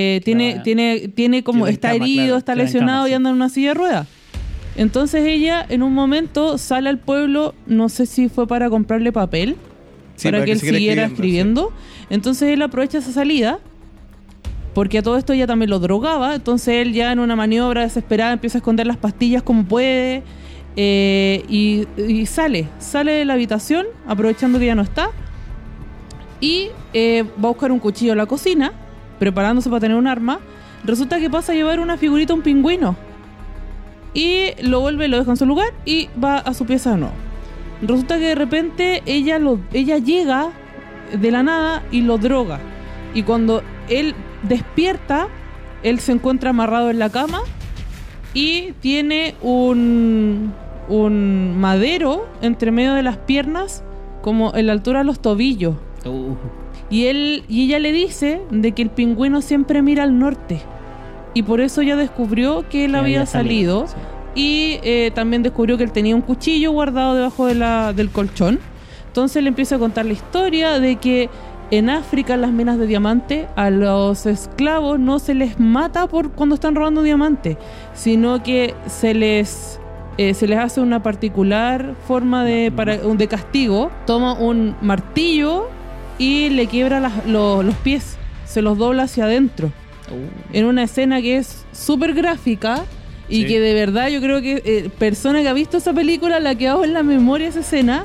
tiene como Tiene está cama, herido, claro. está Queda en lesionado cama, y sí. anda en una silla de ruedas. Entonces ella en un momento sale al pueblo, no sé si fue para comprarle papel, Sí, para que él siguiera sí. escribiendo. Entonces él aprovecha esa salida, porque a todo esto ella también lo drogaba. Entonces él ya en una maniobra desesperada empieza a esconder las pastillas como puede, y sale de la habitación aprovechando que ya no está, y va a buscar un cuchillo a la cocina, preparándose para tener un arma. Resulta que pasa a llevar una figurita, un pingüino, y lo deja en su lugar y va a su pieza de nuevo. Resulta que de repente ella llega de la nada y lo droga. Y cuando él despierta, él se encuentra amarrado en la cama y tiene un madero entre medio de las piernas, como en la altura de los tobillos. Y ella le dice de que el pingüino siempre mira al norte. Y por eso ella descubrió que él había salido. Sí. Y también descubrió que él tenía un cuchillo guardado debajo del colchón. Entonces le empieza a contar la historia de que en África, en las minas de diamante, a los esclavos no se les mata por cuando están robando diamante, sino que se les hace una particular forma de castigo. Toma un martillo y le quiebra los pies, se los dobla hacia adentro, en una escena que es súper gráfica. Y Sí. que de verdad yo creo que persona que ha visto esa película le ha quedado en la memoria esa escena.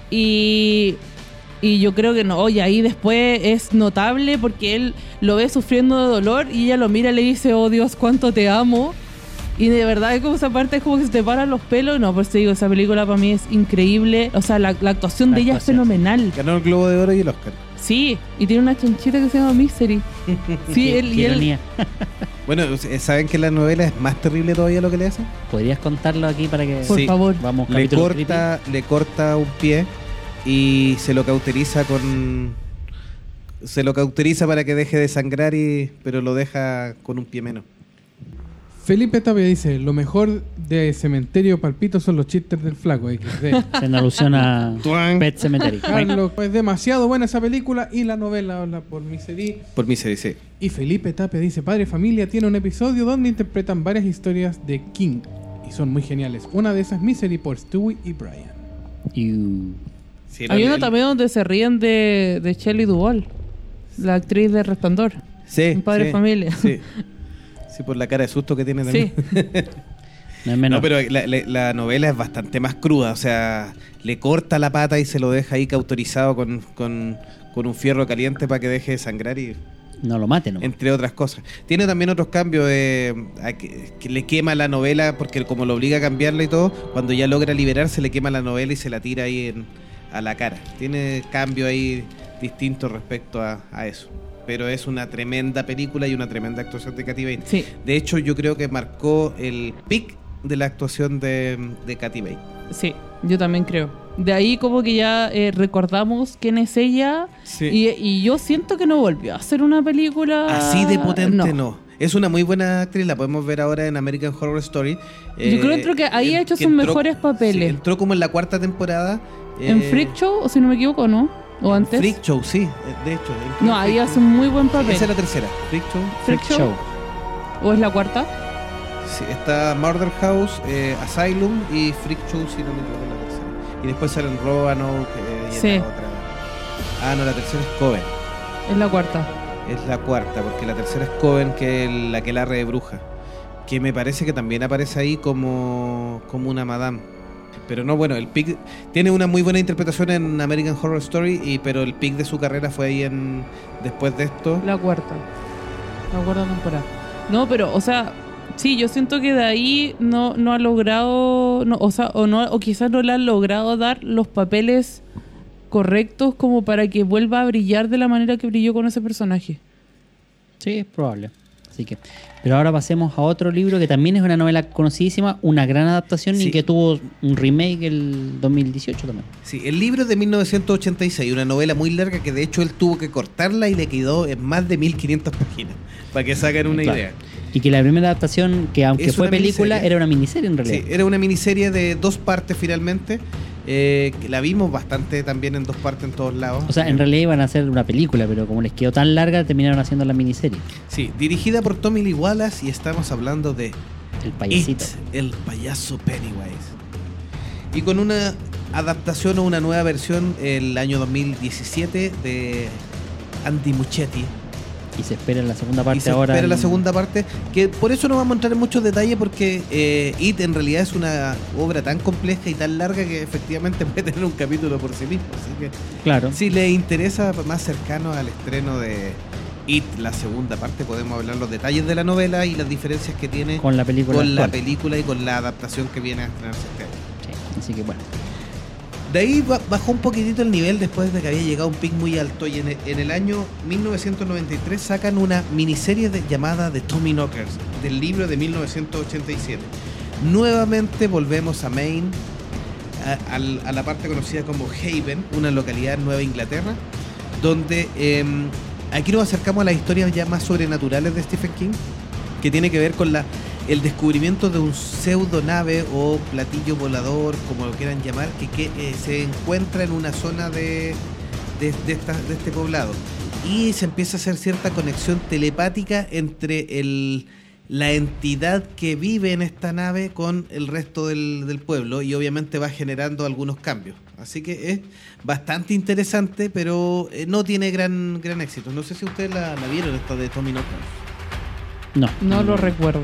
Y yo creo que no, y ahí después es notable porque él lo ve sufriendo de dolor y ella lo mira y le dice, oh Dios, cuánto te amo. Y de verdad es como esa parte, es como que se te paran los pelos. No, por eso digo, esa película para mí es increíble. O sea, la actuación de ella es fenomenal. Ganó el Globo de Oro y el Oscar. Sí, y tiene una chanchita que se llama Misery. Sí, él Qué y él. ironía. Bueno, ¿saben que la novela es más terrible todavía lo que le hacen? ¿Podrías contarlo aquí para que Por Sí. favor. vamos Le capítulo le corta un pie y se lo cauteriza para que deje de sangrar, pero lo deja con un pie menos. Felipe Tapia dice, lo mejor de Cementerio Palpito son los chistes del flaco XD. creepy. En alusión a Tuan. Pet Cemetery. Carlos, es demasiado buena esa película y la novela habla por Misery. Por mí se dice. Y Felipe Tapia dice, Padre Familia tiene un episodio donde interpretan varias historias de King y son muy geniales. Una de esas es Misery por Stewie y Brian. Y Sí, Hay uno también donde se ríen de Shelley Duvall, la actriz de Resplandor. Sí, en Padre sí, Familia. Sí. Sí, por la cara de susto que tiene también. Sí. no es menos. No, pero la novela es bastante más cruda, o sea, le corta la pata y se lo deja ahí cauterizado con un fierro caliente para que deje de sangrar y No lo mate, ¿no? entre otras cosas. Tiene también otros cambios que le quema la novela porque como lo obliga a cambiarla y todo, cuando ya logra liberarse le quema la novela y se la tira ahí a la cara. Tiene cambios ahí distintos respecto a eso. Pero es una tremenda película y una tremenda actuación de Kathy Bates. Sí. De hecho, yo creo que marcó el pic de la actuación de Kathy Bates. Sí, yo también creo. De ahí como que ya recordamos quién es ella. Sí. Y yo siento que no volvió a hacer una película Así de potente no. Es una muy buena actriz, la podemos ver ahora en American Horror Story. Yo creo que ahí ha hecho sus mejores papeles. Sí, entró como en la cuarta temporada. En Freak Show, o si no me equivoco, ¿no? ¿O antes? Freak Show, sí, de hecho. No, ahí hace un muy buen papel. Esa es la tercera, Freak Show. Freak Show. ¿O es la cuarta? Sí, está Murder House, Asylum y Freak Show, si no me equivoco, la tercera. Y después salen Roanoke y Sí. la otra. Ah, no, la tercera es Coven. Es la cuarta. Es la cuarta, porque la tercera es Coven, que es la que larre de bruja. Que me parece que también aparece ahí como una madame. Pero no, bueno, el pick tiene una muy buena interpretación en American Horror Story, pero el pick de su carrera fue ahí después de esto. La cuarta temporada. No, pero, o sea, sí, yo siento que de ahí no ha logrado, no, o quizás no le han logrado dar los papeles correctos como para que vuelva a brillar de la manera que brilló con ese personaje. Sí, es probable. Así que, pero ahora pasemos a otro libro que también es una novela conocidísima, una gran adaptación Sí. y que tuvo un remake el 2018 también. Sí, el libro es de 1986, una novela muy larga que de hecho él tuvo que cortarla y le quedó en más de 1500 páginas, para que saquen una Claro. idea. Y que la primera adaptación, que aunque Es fue una película, miniserie. era una miniserie en realidad. Sí, era una miniserie de 2 partes finalmente, que la vimos bastante también en 2 partes en todos lados. O sea, en realidad iban a hacer una película, pero como les quedó tan larga, terminaron haciendo la miniserie. Sí, dirigida por Tommy Lee Wallace y estamos hablando de El payasito. It, el payaso Pennywise. Y con una adaptación o una nueva versión el año 2017 de Andy Muschietti. Y se espera la segunda parte Y se ahora. espera la en- segunda parte, que por eso no vamos a entrar en muchos detalles porque It en realidad es una obra tan compleja y tan larga que efectivamente puede tener un capítulo por sí mismo. Así que Claro. si les interesa más cercano al estreno de It, la segunda parte, podemos hablar los detalles de la novela y las diferencias que tiene Con la película. con la actual. película y con la adaptación que viene a estrenarse este año. Sí, así que bueno. De ahí bajó un poquitito el nivel después de que había llegado a un pic muy alto y en el año 1993 sacan una miniserie llamada The Tommy Knockers, del libro de 1987. Nuevamente volvemos a Maine, a la parte conocida como Haven, una localidad en Nueva Inglaterra, donde aquí nos acercamos a las historias ya más sobrenaturales de Stephen King, que tiene que ver con el descubrimiento de un pseudo nave o platillo volador, como lo quieran llamar, que se encuentra en una zona de este poblado. Y se empieza a hacer cierta conexión telepática entre la entidad que vive en esta nave con el resto del pueblo, y obviamente va generando algunos cambios. Así que es bastante interesante, pero no tiene gran éxito. No sé si ustedes la vieron, esta de Tommy Knockers. No lo recuerdo.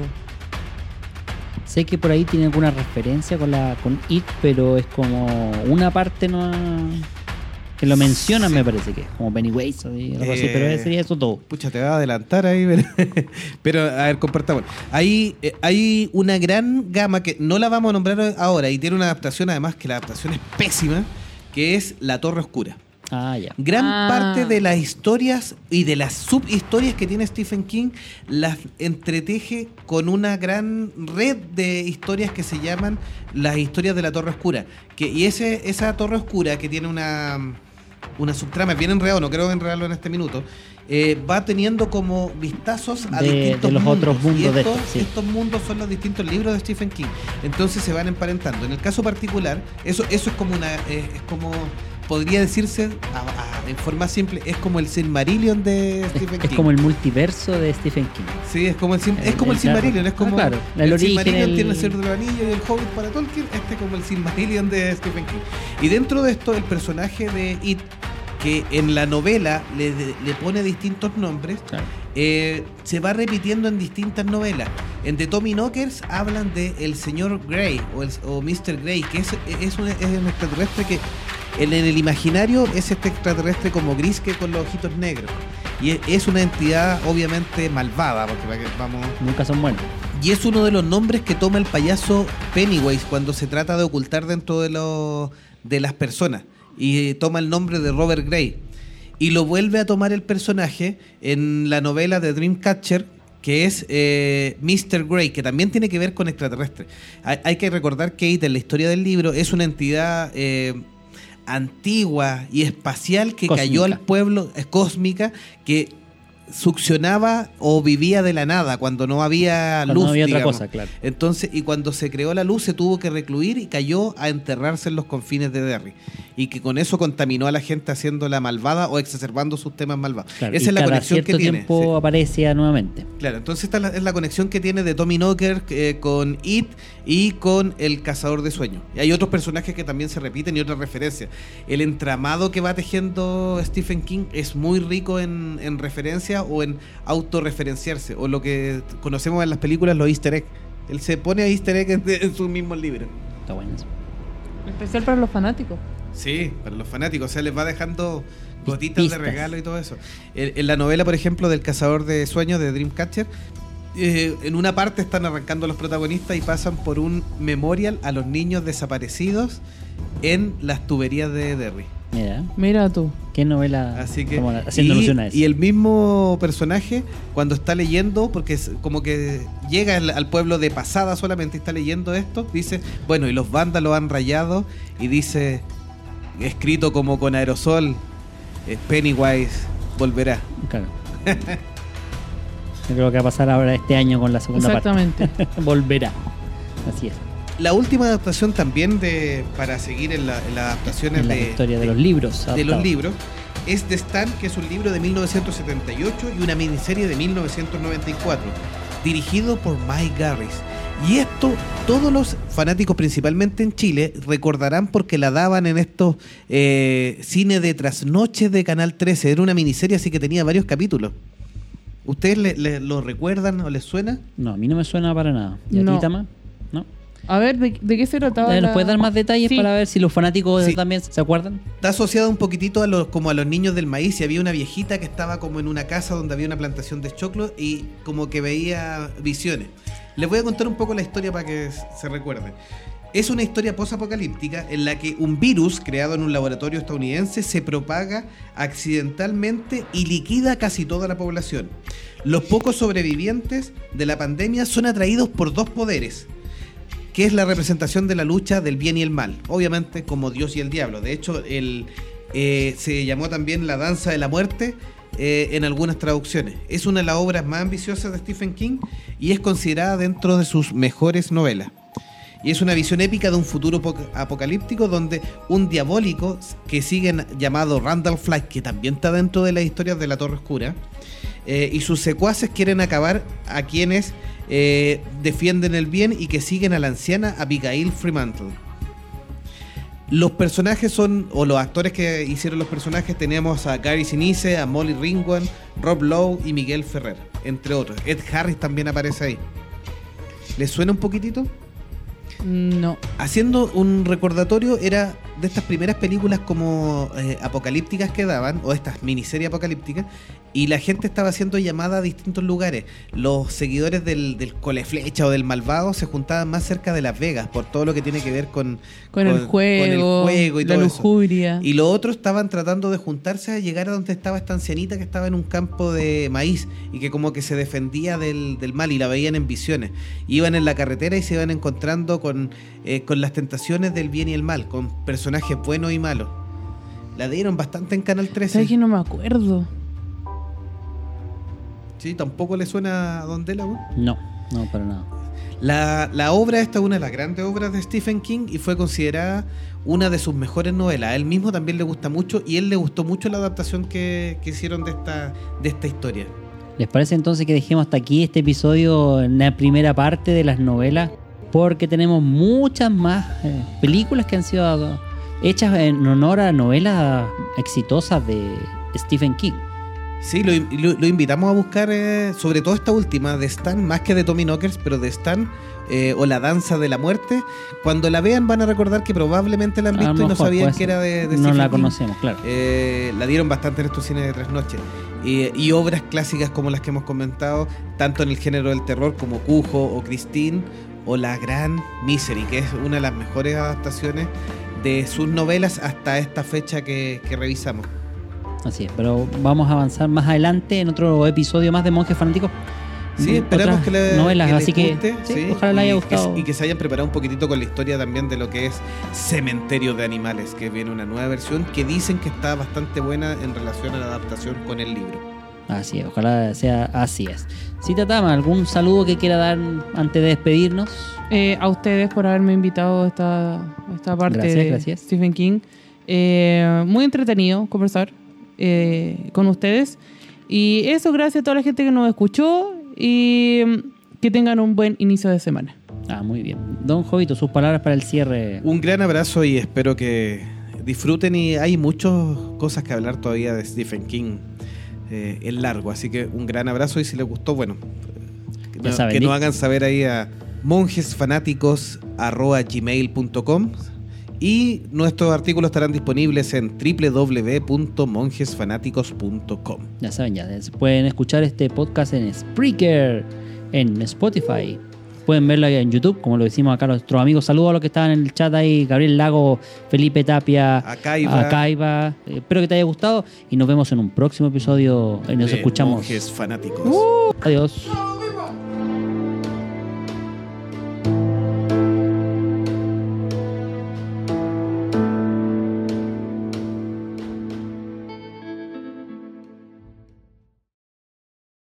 Sé que por ahí tiene alguna referencia con It, pero es como una parte no que lo mencionan, Sí. me parece que es como Pennywise o algo así, pero sería eso todo. Pucha, te va a adelantar ahí, pero a ver, compartamos. Hay una gran gama que no la vamos a nombrar ahora y tiene una adaptación, además que la adaptación es pésima, que es La Torre Oscura. Ah, ya. Gran parte de las historias y de las subhistorias que tiene Stephen King las entreteje con una gran red de historias que se llaman las historias de la Torre Oscura. Esa Torre Oscura que tiene una subtrama, es bien enredado, no creo enredarlo en este minuto, va teniendo como vistazos a distintos de los mundos. otros mundos Y sí. estos mundos son los distintos libros de Stephen King. Entonces se van emparentando. En el caso particular, eso es como es como podría decirse en forma simple, es como el Silmarillion de Stephen King. Es como el multiverso de Stephen King. Sí, es como el Silmarillion, es como claro, el origen, Silmarillion tiene el Señor de los Anillos y el Hobbit para Tolkien, como el Silmarillion de Stephen King. Y dentro de esto, el personaje de It, que en la novela le pone distintos nombres, Claro. Se va repitiendo en distintas novelas. En The Tommyknockers hablan de el señor Grey o Mr. Grey, que es un extraterrestre que en el imaginario es este extraterrestre como gris que con los ojitos negros. Y es una entidad obviamente malvada, porque Nunca son buenos. y es uno de los nombres que toma el payaso Pennywise cuando se trata de ocultar dentro de las personas. Y toma el nombre de Robert Gray. Y lo vuelve a tomar el personaje en la novela de Dreamcatcher, que es Mr. Grey, que también tiene que ver con extraterrestres. Hay que recordar que It, en la historia del libro, es una entidad antigua y espacial que Cósmica. cayó al pueblo, cósmica, que succionaba o vivía de la nada cuando no había Cuando luz, no había otra digamos. cosa, claro. Entonces, y cuando se creó la luz se tuvo que recluir y cayó a enterrarse en los confines de Derry, y que con eso contaminó a la gente haciéndola malvada o exacerbando sus temas malvados. Claro, Esa y es la cada conexión cierto que tiene. tiempo Sí. aparece nuevamente. Claro, entonces esta es la conexión que tiene de Tommyknockers con It y con El Cazador de Sueños. Y hay otros personajes que también se repiten y otras referencias. El entramado que va tejiendo Stephen King es muy rico en referencia o en autorreferenciarse, o lo que conocemos en las películas, los easter eggs. Él se pone a easter egg en sus mismos libros. Está bueno eso. Especial para los fanáticos. Sí, para los fanáticos, o sea, les va dejando gotitas Pistas. de regalo y todo eso. En la novela, por ejemplo, del Cazador de Sueños de Dreamcatcher, en una parte están arrancando los protagonistas y pasan por un memorial a los niños desaparecidos en las tuberías de Derry. Mira tú. ¿Qué novela? Así que como haciendo alusión a eso. y el mismo personaje, cuando está leyendo, porque es como que llega al pueblo de pasada solamente y está leyendo esto, dice, bueno, y los vándalos han rayado, y dice, escrito como con aerosol, Pennywise volverá. Claro. Yo creo que va a pasar ahora este año con la segunda Exactamente. parte. Volverá. Así es. La última adaptación también para seguir en las adaptaciones En la historia de los libros. de los adaptados. libros es The Stand, que es un libro de 1978 y una miniserie de 1994, dirigido por Mike Garris. Y esto todos los fanáticos, principalmente en Chile, recordarán porque la daban en estos cine de trasnoches de Canal 13. Era una miniserie, así que tenía varios capítulos. ¿Ustedes lo recuerdan o les suena? No, a mí no me suena para nada. ¿Y a No. ti, Tama? ¿No? A ver, ¿de qué se trataba? ¿Nos puedes dar más detalles Sí. para ver si los fanáticos Sí. también se acuerdan? Está asociado un poquitito como a los niños del maíz, y había una viejita que estaba como en una casa donde había una plantación de choclo y como que veía visiones. Les voy a contar un poco la historia para que se recuerden. Es una historia posapocalíptica en la que un virus creado en un laboratorio estadounidense se propaga accidentalmente y liquida casi toda la población. Los pocos sobrevivientes de la pandemia son atraídos por dos poderes, que es la representación de la lucha del bien y el mal, obviamente como Dios y el diablo. De hecho, se llamó también la danza de la muerte en algunas traducciones. Es una de las obras más ambiciosas de Stephen King y es considerada dentro de sus mejores novelas. Y es una visión épica de un futuro apocalíptico donde un diabólico que siguen llamado Randall Flagg, que también está dentro de las historias de la Torre Oscura, y sus secuaces quieren acabar a quienes defienden el bien y que siguen a la anciana Abigail Fremantle. Los personajes o los actores que hicieron los personajes, tenemos a Gary Sinise, a Molly Ringwald, Rob Lowe y Miguel Ferrer, entre otros. Ed Harris también aparece ahí. ¿Les suena un poquitito? No. Haciendo un recordatorio, era de estas primeras películas como apocalípticas que daban, o estas miniseries apocalípticas, y la gente estaba haciendo llamada a distintos lugares. Los seguidores del Coleflecha o del Malvado se juntaban más cerca de Las Vegas por todo lo que tiene que ver con el juego y la todo lujuria. eso. Y los otros estaban tratando de juntarse a llegar a donde estaba esta ancianita que estaba en un campo de maíz y que como que se defendía del mal y la veían en visiones. Iban en la carretera y se iban encontrando con las tentaciones del bien y el mal, con personajes buenos y malos. La dieron bastante en Canal 13. ¿Sabes que no me acuerdo? Sí, tampoco le suena a Don Dela, ¿no? No, para nada. La obra esta es una de las grandes obras de Stephen King y fue considerada una de sus mejores novelas. A él mismo también le gusta mucho y él le gustó mucho la adaptación que hicieron de esta historia. ¿Les parece entonces que dejemos hasta aquí este episodio en la primera parte de las novelas? Porque tenemos muchas más películas que han sido hechas en honor a novelas exitosas de Stephen King. Sí, lo invitamos a buscar, sobre todo esta última, de Stan, más que de Tommy Knockers, pero de Stan, o La Danza de la Muerte. Cuando la vean van a recordar que probablemente la han visto y no sabían que era de no Stephen la King. conocemos, claro. La dieron bastante en estos cines de trasnoche. Y obras clásicas como las que hemos comentado, tanto en el género del terror como Cujo o Christine, o La Gran Misery, que es una de las mejores adaptaciones de sus novelas hasta esta fecha que revisamos. Así es, pero vamos a avanzar más adelante en otro episodio más de Monjes Fanáticos. Sí, esperamos que les novelas, les así guste, que sí, ojalá les haya gustado. Y que se hayan preparado un poquitito con la historia también de lo que es Cementerio de Animales, que viene una nueva versión que dicen que está bastante buena en relación a la adaptación con el libro. Así es, ojalá sea así es. Cita Tama, ¿algún saludo que quiera dar antes de despedirnos? A ustedes por haberme invitado a esta parte Gracias. Stephen King. Muy entretenido conversar con ustedes. Y eso, gracias a toda la gente que nos escuchó y que tengan un buen inicio de semana. Muy bien. Don Jovito, sus palabras para el cierre. Un gran abrazo y espero que disfruten, y hay muchas cosas que hablar todavía de Stephen King. Es largo, así que un gran abrazo, y si les gustó, bueno, que nos hagan saber ahí a monjesfanáticos@gmail.com, y nuestros artículos estarán disponibles en www.monjesfanáticos.com. Ya saben, pueden escuchar este podcast en Spreaker, en Spotify. Pueden verlo ahí en YouTube, como lo decimos acá nuestros amigos. Saludos a los que estaban en el chat ahí: Gabriel Lago, Felipe Tapia, Acaiba. Espero que te haya gustado y nos vemos en un próximo episodio y nos escuchamos. Monjes Fanáticos. Adiós.